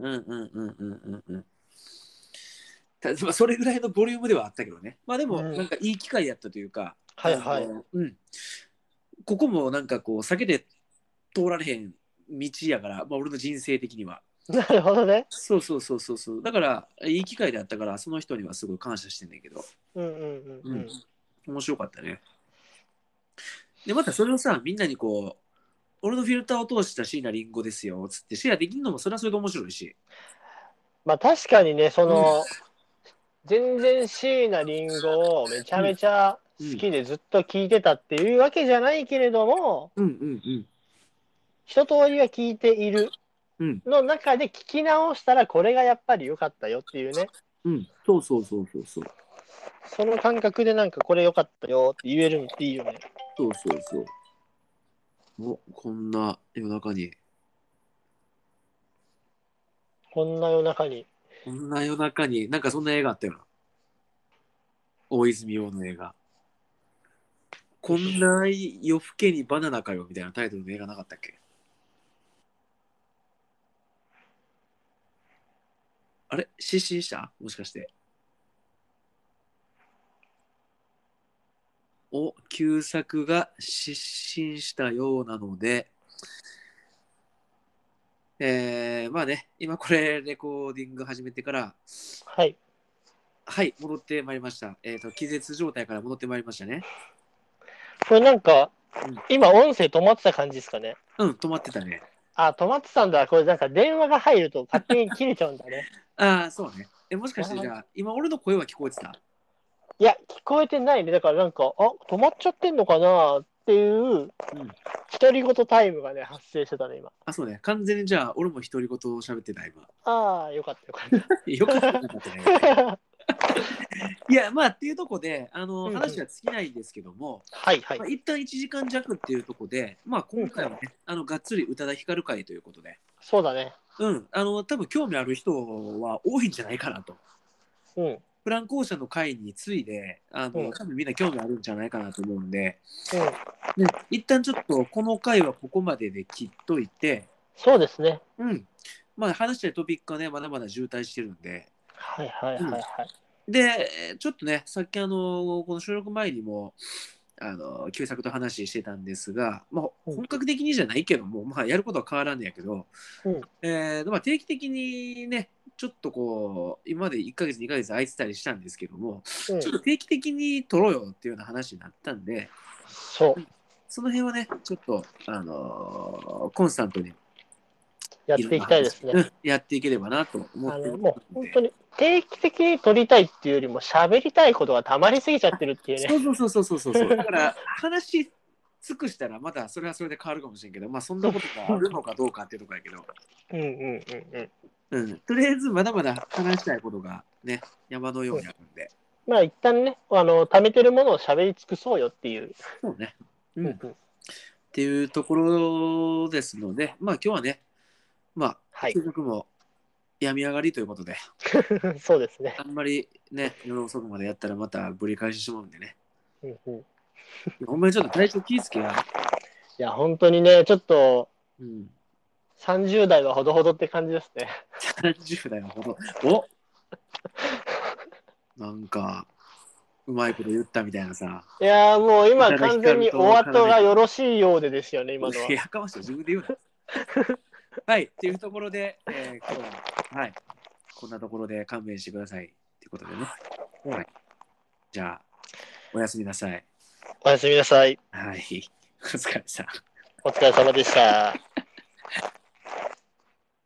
まあそれぐらいのボリュームではあったけどね。まあでうん。 もなんかいい機会やったというか、 はいはい。 ここもなんかこう避けて通られへん道やから、まあ俺の人生的には。 なるほどね。 そう。だから、いい機会であったから、その人にはすごい感謝してんねんけど、うん、面白かったね。で、またそれをさ、みんなにこう、俺のフィルターを通した椎名林檎ですよ、つってシェアできるのもそれはそれで面白いし。 まあ確かにね、 うん、 全然椎名林檎をめちゃうん、 めちゃうん、 好きでずっと聴いてたっていうわけじゃないけれども、 うん。 一通りは聴いているうん、 の中で聞き直したらこれがやっぱり良かったよっていうね、 うん、そう。 その感覚でなんかこれ良かったよって言えるのっていいよね。 そう。こんな夜中に、 こんな夜中に。 なんかそんな映画あったよな。大泉洋の映画。こんな夜更けにバナナかよみたいなタイトルの映画なかったっけ？あれ失神したもしかして。旧作が失神したようなので、まあね、今これレコーディング始めてから、 はい。 はい、戻ってまいりました。気絶状態から戻ってまいりましたね。 これなんか、 うん、 今音声止まってた感じですかね。 止まってたね。 あ、止まってたんだ。これなんか電話が入ると勝手に切れちゃうんだね。 ああ、そうね。もしかなるほど。 してじゃあ、今俺の声は聞こえてた？ いや、聞こえてないね。だからなんか、止まっちゃってんのかなっていううん。 独り言タイムがね、発生してたね、今。 あ、そうね。完全にじゃあ、俺も独り言喋ってた、今。 ああ、よかったよかっよかったなかったね。 た。 いや、まあ、っていうとこで、 うんうん。 話は尽きないんですけども、 はいはい。 一旦1時間弱っていうところで、まあ、 うんうん。 今回はね、がっつり宇多田ヒカル会ということで、 そうだね。 多分興味ある人は多いんじゃないかなと。 うん。 プラン校舎の会についで、多分みんな興味あるんじゃないかなと思うんで、で一旦ちょっとこの回はここまでで切っといて、 そうですね。 まあ話したいトピックはね、まだまだ渋滞してるんで。 はいはいはいはい。 で、ちょっとね、さっきこの収録前にも、旧作と話してたんですが、まあ、本格的にじゃないけども、まあ、やることは変わらんねやけど、まあ、定期的にね、ちょっとこう、今まで1ヶ月、2ヶ月空いてたりしたんですけども、ちょっと定期的に撮ろうよっていうような話になったんで、その辺はね、ちょっと、コンスタントにやっていきたいですね。 やっていければなと思ってる。 もう本当に定期的に撮りたいっていうよりも喋りたいことがたまりすぎちゃってるっていうね。 そう。だから話尽くしたらまたそれはそれで変わるかもしれんけど、まあそんなことがあるのかどうかっていうところやけど。とりあえずまだまだ話したいことがね、山のようにあるんで。 まあ一旦ね、貯めてるものを喋り尽くそうよっていう。 そうね。っていうところですので、まあ今日はね、まあ、収録も病み上がりということで。 そうですね。 あんまりね、夜遅くまでやったらまたぶり返してしまうんでね。ほんまにちょっと体調気ぃつけや。 いや、本当にね、ちょっと、30代はほどほどって感じですね。 30代はほど。おなんか、うまいこと言ったみたいなさ。 いやもう今完全にお後がよろしいようでですよね、今のは。 やかましい、自分で言うな。はい、っていうところで、今日は、はい、こんなところで勘弁してくださいっていうことでね。はい、じゃあ、おやすみなさい。 おやすみなさい。 はい、お疲れさん。 お疲れ様でした。